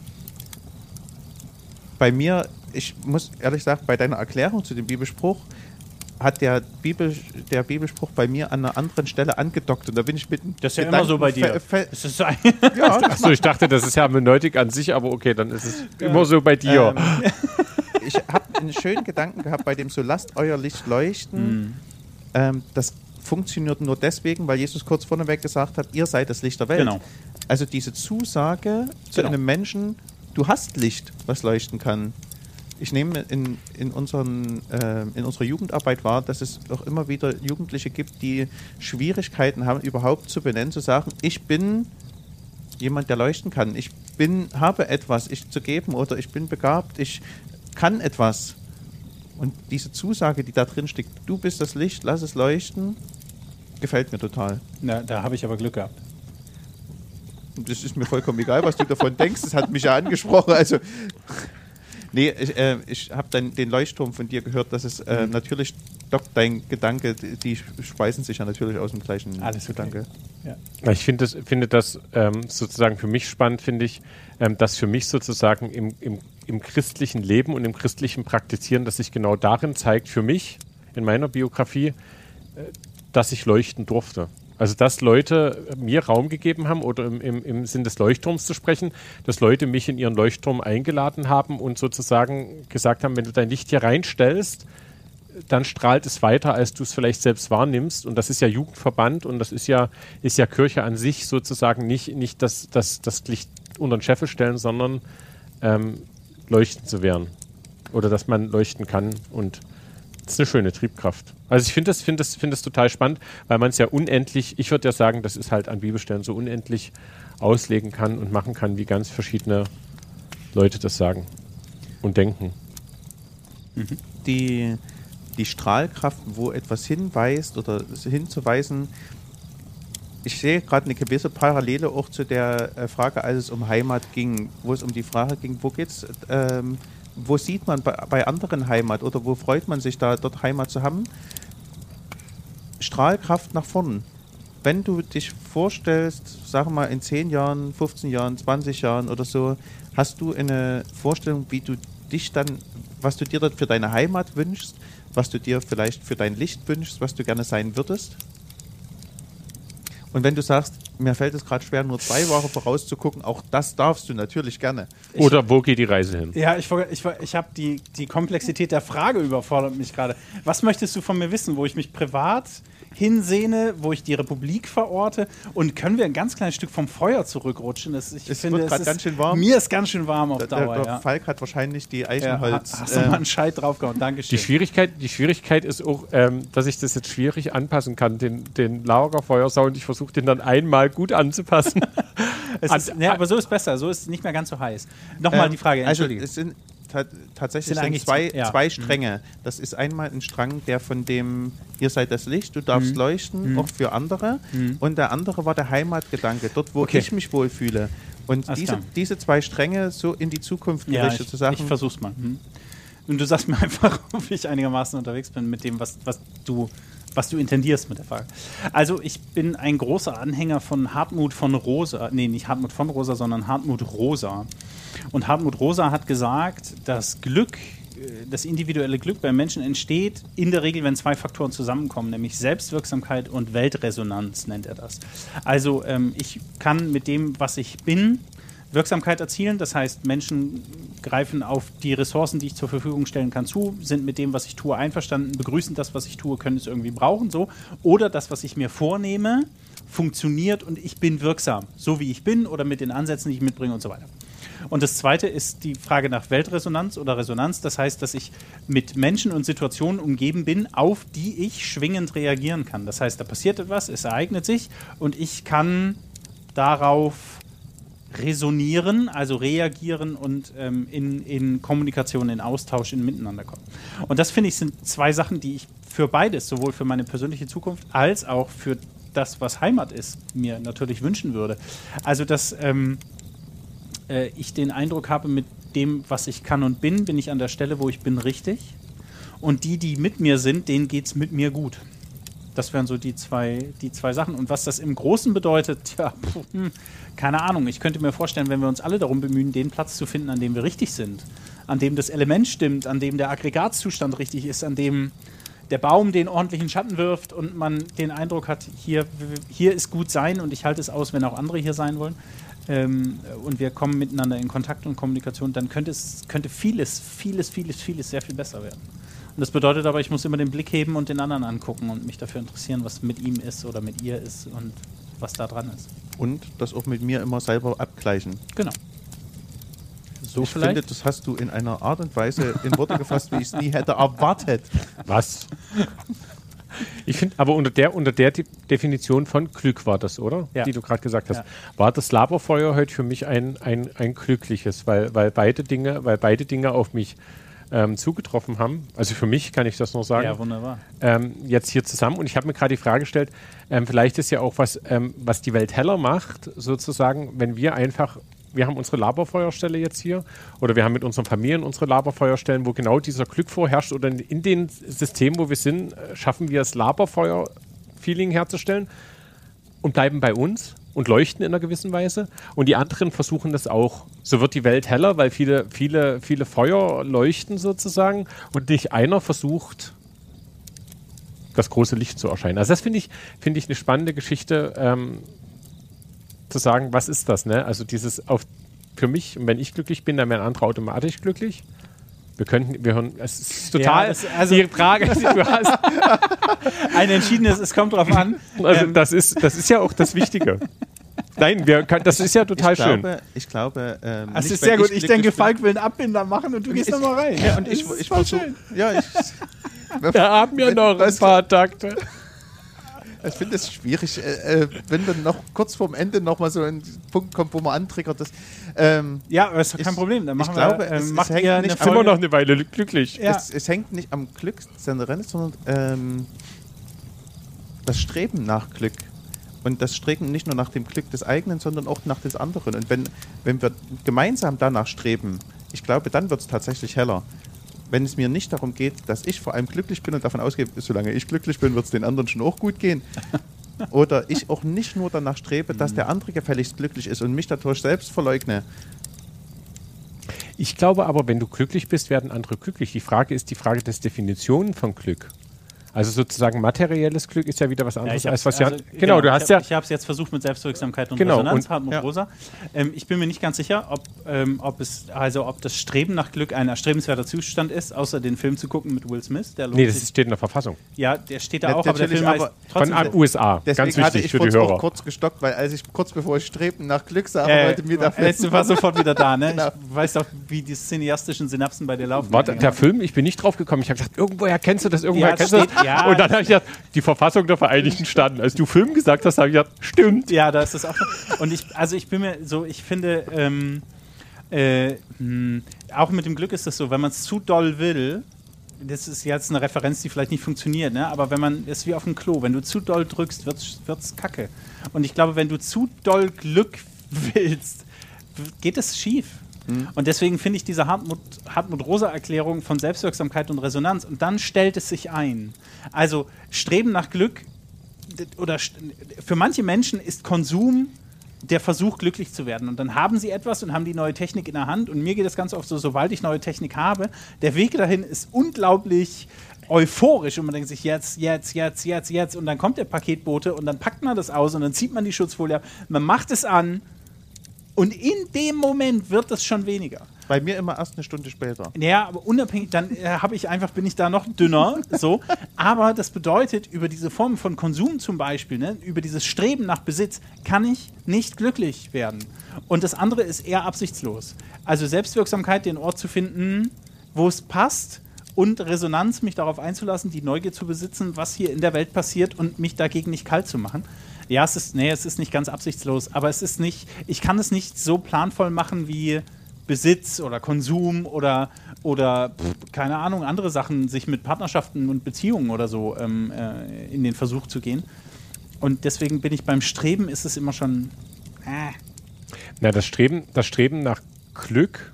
Bei mir, ich muss ehrlich sagen, bei deiner Erklärung zu dem Bibelspruch hat der Bibelspruch bei mir an einer anderen Stelle angedockt und da bin ich mit das ist ja immer so bei dir. Ist das so ja. Achso, ich dachte, das ist ja Hermeneutik an sich, aber okay, dann ist es immer so bei dir. Ich habe einen schönen Gedanken gehabt bei dem so lasst euer Licht leuchten. Das funktioniert nur deswegen, weil Jesus kurz vorneweg gesagt hat, ihr seid das Licht der Welt. Genau. Also diese Zusage zu einem Menschen, du hast Licht, was leuchten kann. Ich nehme in unserer Jugendarbeit wahr, dass es auch immer wieder Jugendliche gibt, die Schwierigkeiten haben, überhaupt zu benennen, zu sagen, ich bin jemand, der leuchten kann. Ich habe etwas zu geben oder ich bin begabt, ich kann etwas. Und diese Zusage, die da drin steckt, du bist das Licht, lass es leuchten, gefällt mir total. Na, da habe ich aber Glück gehabt. Das ist mir vollkommen egal, was du davon denkst. Das hat mich ja angesprochen. Also, nee, ich habe dann den Leuchtturm von dir gehört, dass es natürlich doch dein Gedanke, die speisen sich ja natürlich aus dem gleichen Gedanke. Ja. Ich finde das sozusagen für mich spannend, finde ich, dass für mich sozusagen im christlichen Leben und im christlichen Praktizieren, dass sich genau darin zeigt, für mich, in meiner Biografie, dass ich leuchten durfte. Also, dass Leute mir Raum gegeben haben oder im Sinn des Leuchtturms zu sprechen, dass Leute mich in ihren Leuchtturm eingeladen haben und sozusagen gesagt haben, wenn du dein Licht hier reinstellst, dann strahlt es weiter, als du es vielleicht selbst wahrnimmst. Und das ist ja Jugendverband und das ist ja Kirche an sich sozusagen nicht das Licht unter den Scheffel stellen, sondern leuchten zu werden. Oder dass man leuchten kann und das ist eine schöne Triebkraft. Also ich finde das total spannend, weil man es ja unendlich, ich würde ja sagen, das ist halt an Bibelstellen so unendlich auslegen kann und machen kann, wie ganz verschiedene Leute das sagen und denken. Die Strahlkraft, wo etwas hinweist oder hinzuweisen, ich sehe gerade eine gewisse Parallele auch zu der Frage, als es um Heimat ging, wo es um die Frage ging, wo sieht man bei anderen Heimat oder wo freut man sich da, dort Heimat zu haben? Strahlkraft nach vorn. Wenn du dich vorstellst, sag mal in 10 Jahren, 15 Jahren, 20 Jahren oder so, hast du eine Vorstellung, wie du dich dann, was du dir dort für deine Heimat wünschst, was du dir vielleicht für dein Licht wünschst, was du gerne sein würdest? Und wenn du sagst, mir fällt es gerade schwer, nur 2 Wochen vorauszugucken, auch das darfst du natürlich gerne. Oder wo geht die Reise hin? Ja, ich habe die Komplexität der Frage überfordert mich gerade. Was möchtest du von mir wissen, wo ich mich privat hinsehne, wo ich die Republik verorte? Und können wir ein ganz kleines Stück vom Feuer zurückrutschen? Es wird gerade ganz schön warm. Mir ist ganz schön warm auf Dauer. Der Falk hat wahrscheinlich die Eichenholz. Hast du mal einen Scheit draufgehauen? Dankeschön. Die Schwierigkeit ist auch, dass ich das jetzt schwierig anpassen kann, den Lagerfeuersound. Ich versuche den dann einmal gut anzupassen. Aber so ist besser, so ist es nicht mehr ganz so heiß. Nochmal die Frage, entschuldige. Also es sind tatsächlich zwei Stränge. Das ist einmal ein Strang, der von dem, ihr seid das Licht, du darfst leuchten, auch für andere. Und der andere war der Heimatgedanke, dort, wo ich mich wohlfühle. Und diese 2 Stränge so in die Zukunft gerichtet zu sagen. Ich versuch's mal. Und du sagst mir einfach, ob ich einigermaßen unterwegs bin mit dem, was du intendierst mit der Frage. Also ich bin ein großer Anhänger von Hartmut von Rosa. Nee, nicht Hartmut von Rosa, sondern Hartmut Rosa. Und Hartmut Rosa hat gesagt, das individuelle Glück beim Menschen entsteht in der Regel, wenn 2 Faktoren zusammenkommen, nämlich Selbstwirksamkeit und Weltresonanz nennt er das. Also ich kann mit dem, was ich bin, Wirksamkeit erzielen, das heißt, Menschen greifen auf die Ressourcen, die ich zur Verfügung stellen kann, zu, sind mit dem, was ich tue, einverstanden, begrüßen das, was ich tue, können es irgendwie brauchen, so. Oder das, was ich mir vornehme, funktioniert und ich bin wirksam, so wie ich bin oder mit den Ansätzen, die ich mitbringe und so weiter. Und das Zweite ist die Frage nach Weltresonanz oder Resonanz. Das heißt, dass ich mit Menschen und Situationen umgeben bin, auf die ich schwingend reagieren kann. Das heißt, da passiert etwas, es ereignet sich und ich kann darauf resonieren, also reagieren und in Kommunikation, in Austausch, in Miteinander kommen. Und das, finde ich, sind zwei Sachen, die ich für beides, sowohl für meine persönliche Zukunft als auch für das, was Heimat ist, mir natürlich wünschen würde. Also, dass ich den Eindruck habe, mit dem, was ich kann und bin ich an der Stelle, wo ich bin, richtig. Und die mit mir sind, denen geht es mit mir gut. Das wären so die zwei Sachen. Und was das im Großen bedeutet, keine Ahnung. Ich könnte mir vorstellen, wenn wir uns alle darum bemühen, den Platz zu finden, an dem wir richtig sind, an dem das Element stimmt, an dem der Aggregatzustand richtig ist, an dem der Baum den ordentlichen Schatten wirft und man den Eindruck hat, hier ist gut sein und ich halte es aus, wenn auch andere hier sein wollen. Und wir kommen miteinander in Kontakt und Kommunikation, dann könnte vieles sehr viel besser werden. Und das bedeutet aber, ich muss immer den Blick heben und den anderen angucken und mich dafür interessieren, was mit ihm ist oder mit ihr ist und was da dran ist. Und das auch mit mir immer selber abgleichen. Genau. So ich vielleicht? finde, das hast du in einer Art und Weise in Worte gefasst, wie ich es nie hätte erwartet. Was? Ich finde, aber unter der Definition von Glück war das, oder? Ja. Die du gerade gesagt hast. Ja. War das Laberfeuer heute für mich ein glückliches, weil beide Dinge auf mich zugetroffen haben. Also für mich kann ich das noch sagen. Ja, wunderbar. Jetzt hier zusammen. Und ich habe mir gerade die Frage gestellt, vielleicht ist ja auch was die Welt heller macht, sozusagen, wenn wir haben unsere Laberfeuerstelle jetzt hier oder wir haben mit unseren Familien unsere Laberfeuerstellen, wo genau dieser Glück vorherrscht oder in den Systemen, wo wir sind, schaffen wir das Laberfeuer-Feeling herzustellen und bleiben bei uns und leuchten in einer gewissen Weise und die anderen versuchen das auch. So wird die Welt heller, weil viele Feuer leuchten sozusagen und nicht einer versucht, das große Licht zu erscheinen. Also das finde ich eine spannende Geschichte, zu sagen, was ist das, ne? Also für mich, und wenn ich glücklich bin, dann wäre ein anderer automatisch glücklich. Wir hören, es ist total die Frage, die du hast. Ein entschiedenes, es kommt drauf an. Also das ist ja auch das Wichtige. Nein, das ist ja total schön. Ich glaube, das ist sehr gut. Ich denke, Falk will einen Abbinder machen und du gehst nochmal rein. Ja, und ich versuche. Ja, wir haben ja noch ein paar Takte. Ich finde es schwierig, wenn dann noch kurz vorm Ende noch mal so ein Punkt kommt, wo man antriggert. Ja, aber ist doch kein Problem. Dann machen es hängt nicht immer noch eine Weile glücklich. Ja. Es hängt nicht am Glück, sondern das Streben nach Glück. Und das Streben nicht nur nach dem Glück des eigenen, sondern auch nach des anderen. Und wenn wir gemeinsam danach streben, ich glaube, dann wird es tatsächlich heller. Wenn es mir nicht darum geht, dass ich vor allem glücklich bin und davon ausgehe, solange ich glücklich bin, wird es den anderen schon auch gut gehen. Oder ich auch nicht nur danach strebe, dass der andere gefälligst glücklich ist und mich dadurch selbst verleugne. Ich glaube aber, wenn du glücklich bist, werden andere glücklich. Die Frage ist die Frage des Definitionen von Glück. Also sozusagen materielles Glück ist ja wieder was anderes als was genau, du hast ich habe es jetzt versucht mit Selbstwirksamkeit und Resonanz, Hartmut Rosa. Ich bin mir nicht ganz sicher, ob das Streben nach Glück ein erstrebenswerter Zustand ist, außer den Film zu gucken mit Will Smith. Das steht in der Verfassung. Ja, der steht da auch, aber der Film heißt trotzdem von USA. Deswegen ganz wichtig für die Hörer. Auch kurz gestockt, weil als ich kurz bevor ich Streben nach Glück sah, wollte mir der Film... Jetzt war sofort wieder da, ne? Genau. Ich weiß doch, wie die cineastischen Synapsen bei dir laufen. Warte, der Film, ich bin nicht drauf gekommen. Ich habe gesagt, irgendwoher kennst du das, Ja, und dann habe ich gedacht, die Verfassung der Vereinigten Staaten. Als du Film gesagt hast, habe ich gedacht, stimmt. Ja, da ist das auch. Und ich finde, auch mit dem Glück ist das so, wenn man es zu doll will, das ist jetzt eine Referenz, die vielleicht nicht funktioniert, ne? Aber wenn man, ist wie auf dem Klo, wenn du zu doll drückst, wird's kacke. Und ich glaube, wenn du zu doll Glück willst, geht es schief. Und deswegen finde ich diese Hartmut-Rosa-Erklärung von Selbstwirksamkeit und Resonanz, und dann stellt es sich ein. Also Streben nach Glück, oder für manche Menschen ist Konsum der Versuch, glücklich zu werden. Und dann haben sie etwas und haben die neue Technik in der Hand. Und mir geht das ganz oft so, sobald ich neue Technik habe, der Weg dahin ist unglaublich euphorisch und man denkt sich jetzt. Und dann kommt der Paketbote und dann packt man das aus und dann zieht man die Schutzfolie ab. Man macht es an. Und in dem Moment wird das schon weniger. Bei mir immer erst eine Stunde später. Ja, aber unabhängig, dann bin ich da noch dünner, so. Aber das bedeutet, über diese Form von Konsum zum Beispiel, ne, über dieses Streben nach Besitz, kann ich nicht glücklich werden. Und das andere ist eher absichtslos. Also Selbstwirksamkeit, den Ort zu finden, wo es passt, und Resonanz, mich darauf einzulassen, die Neugier zu besitzen, was hier in der Welt passiert und mich dagegen nicht kalt zu machen. Ja, es ist nicht ganz absichtslos, aber ich kann es nicht so planvoll machen wie Besitz oder Konsum oder keine Ahnung, andere Sachen, sich mit Partnerschaften und Beziehungen oder so in den Versuch zu gehen. Und deswegen bin ich beim Streben, ist es immer schon Na, das Streben nach Glück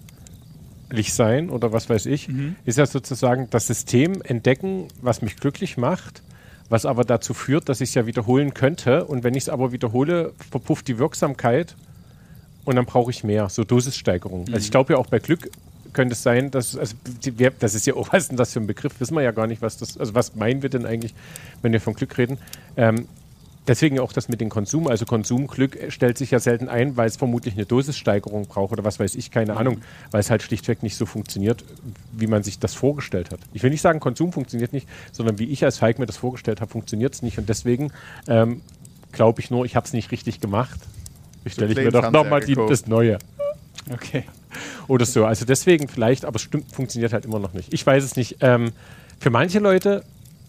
sein oder was weiß ich, ist ja sozusagen das System entdecken, was mich glücklich macht, was aber dazu führt, dass ich es ja wiederholen könnte, und wenn ich es aber wiederhole, verpufft die Wirksamkeit und dann brauche ich mehr, so Dosissteigerung. Also ich glaube ja auch bei Glück könnte es sein, dass, das ist ja auch, was ist denn das für ein Begriff, wissen wir ja gar nicht, was meinen wir denn eigentlich, wenn wir von Glück reden. Deswegen auch das mit dem Konsum, also Konsumglück stellt sich ja selten ein, weil es vermutlich eine Dosissteigerung braucht oder was weiß ich, keine Ahnung, weil es halt schlichtweg nicht so funktioniert, wie man sich das vorgestellt hat. Ich will nicht sagen, Konsum funktioniert nicht, sondern wie ich als Falk mir das vorgestellt habe, funktioniert es nicht, und deswegen glaube ich nur, ich habe es nicht richtig gemacht. Ich stelle mir doch nochmal das Neue. okay. Oder so, also deswegen vielleicht, aber es funktioniert halt immer noch nicht. Ich weiß es nicht. Für manche Leute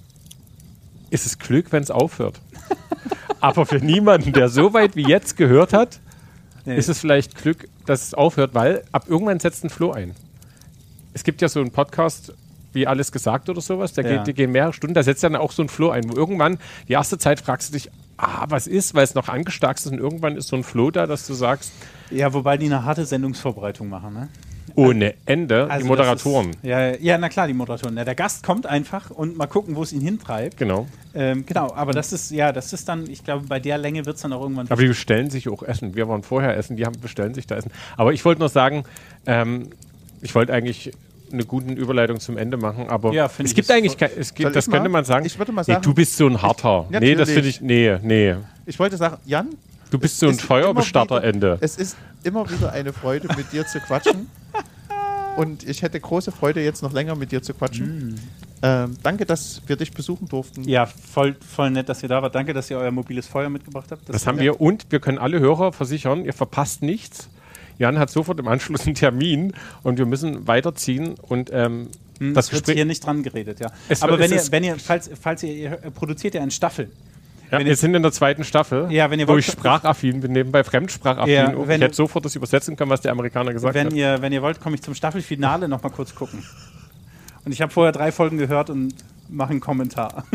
ist es Glück, wenn es aufhört. Aber für niemanden, der so weit wie jetzt gehört hat, ist es vielleicht Glück, dass es aufhört, weil ab irgendwann setzt ein Flow ein. Es gibt ja so einen Podcast, wie alles gesagt oder sowas, die gehen mehrere Stunden, da setzt dann auch so ein Flow ein, wo irgendwann, die erste Zeit fragst du dich, was ist, weil es noch angestarkt ist, und irgendwann ist so ein Flow da, dass du sagst... Ja, wobei die eine harte Sendungsvorbereitung machen, ne? Ohne Ende, also die Moderatoren. Ja, na klar, die Moderatoren. Ja, der Gast kommt einfach und mal gucken, wo es ihn hintreibt. Genau. Genau, aber das ist dann, ich glaube, bei der Länge wird es dann auch irgendwann... Aber die bestellen sich auch Essen. Wir waren vorher essen, bestellen sich da Essen. Aber ich wollte nur sagen, ich wollte eigentlich eine gute Überleitung zum Ende machen, aber es gibt eigentlich das könnte man sagen. Ich würde mal sagen, du bist so ein harter. Nee, das finde ich, nee. Ich wollte sagen, Jan, du bist so ein Feuerbestarterende. Es ist immer wieder eine Freude, mit dir zu quatschen. Und ich hätte große Freude, jetzt noch länger mit dir zu quatschen. Danke, dass wir dich besuchen durften. Ja, voll nett, dass ihr da wart. Danke, dass ihr euer mobiles Feuer mitgebracht habt. Das haben wir, und wir können alle Hörer versichern, ihr verpasst nichts. Jan hat sofort im Anschluss einen Termin und wir müssen weiterziehen. Und das wird hier nicht dran geredet, ja. Aber falls ihr produziert ja in Staffeln. Ja, wir sind in der zweiten Staffel, wo ich sprachaffin bin, nebenbei fremdsprachaffin. Ja, ich hätte sofort das übersetzen können, was der Amerikaner gesagt hat. Wenn ihr wollt, komme ich zum Staffelfinale noch mal kurz gucken. Und ich habe vorher 3 Folgen gehört und mache einen Kommentar.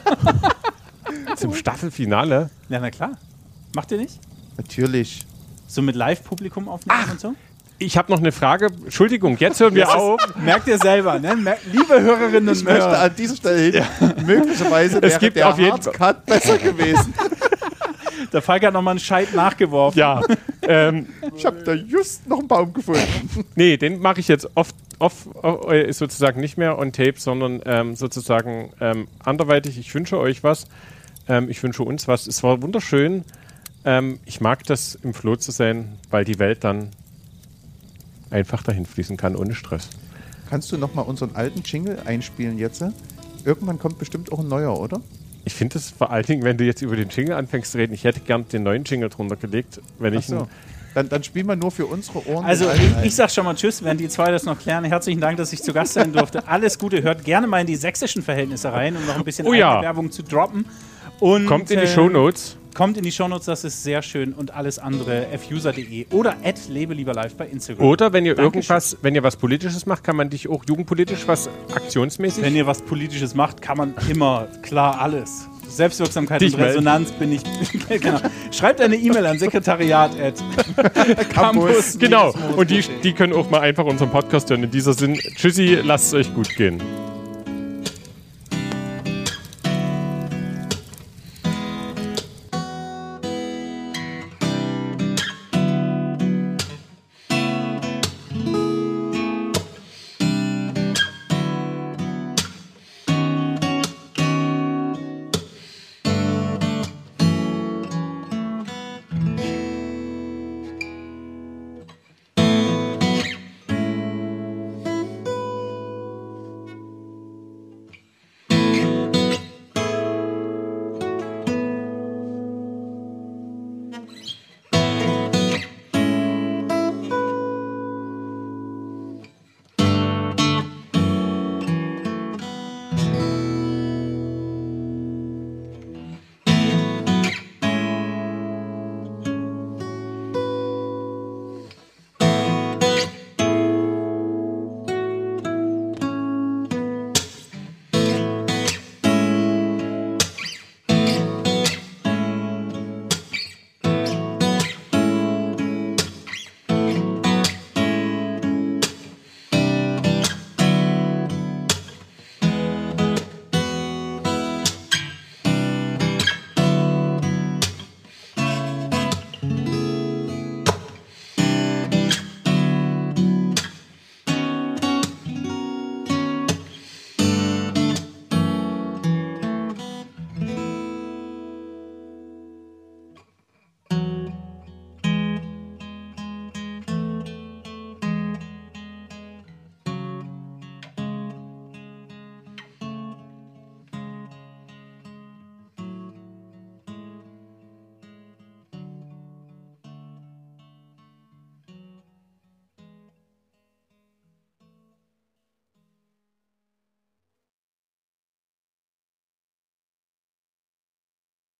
Zum Staffelfinale? Ja, na klar. Macht ihr nicht? Natürlich. So mit Live-Publikum aufnehmen und so? Ich habe noch eine Frage. Entschuldigung, jetzt hören wir auf. Merkt ihr selber, ne? Liebe Hörerinnen und Hörer. Ich möchte an dieser Stelle möglicherweise wäre der Hardcut besser gewesen. Der Falk hat nochmal einen Scheit nachgeworfen. Ja. Ich habe da just noch einen Baum gefunden. Nee, den mache ich jetzt oft sozusagen nicht mehr on tape, sondern sozusagen anderweitig. Ich wünsche euch was. Ich wünsche uns was. Es war wunderschön. Ich mag das, im Flow zu sein, weil die Welt dann einfach dahin fließen kann, ohne Stress. Kannst du nochmal unseren alten Jingle einspielen jetzt? Irgendwann kommt bestimmt auch ein neuer, oder? Ich finde es vor allen Dingen, wenn du jetzt über den Jingle anfängst zu reden, ich hätte gern den neuen Jingle drunter gelegt. Dann spielen wir nur für unsere Ohren. Also ich sag schon mal Tschüss, während die zwei das noch klären. Herzlichen Dank, dass ich zu Gast sein durfte. Alles Gute, hört gerne mal in die sächsischen Verhältnisse rein, um noch ein bisschen Werbung zu droppen. Und, kommt in die Shownotes. Kommt in die Shownotes, das ist sehr schön. Und alles andere fuser.de oder @lebelieberlive bei Instagram. Oder wenn ihr wenn ihr was Politisches macht, kann man dich auch jugendpolitisch was aktionsmäßig... Wenn ihr was Politisches macht, kann man immer, klar, alles. Selbstwirksamkeit und Resonanz bin ich... Genau. Schreibt eine E-Mail an sekretariat@campus. Genau, und die können auch mal einfach unseren Podcast hören. In dieser Sinn, tschüssi, lasst es euch gut gehen.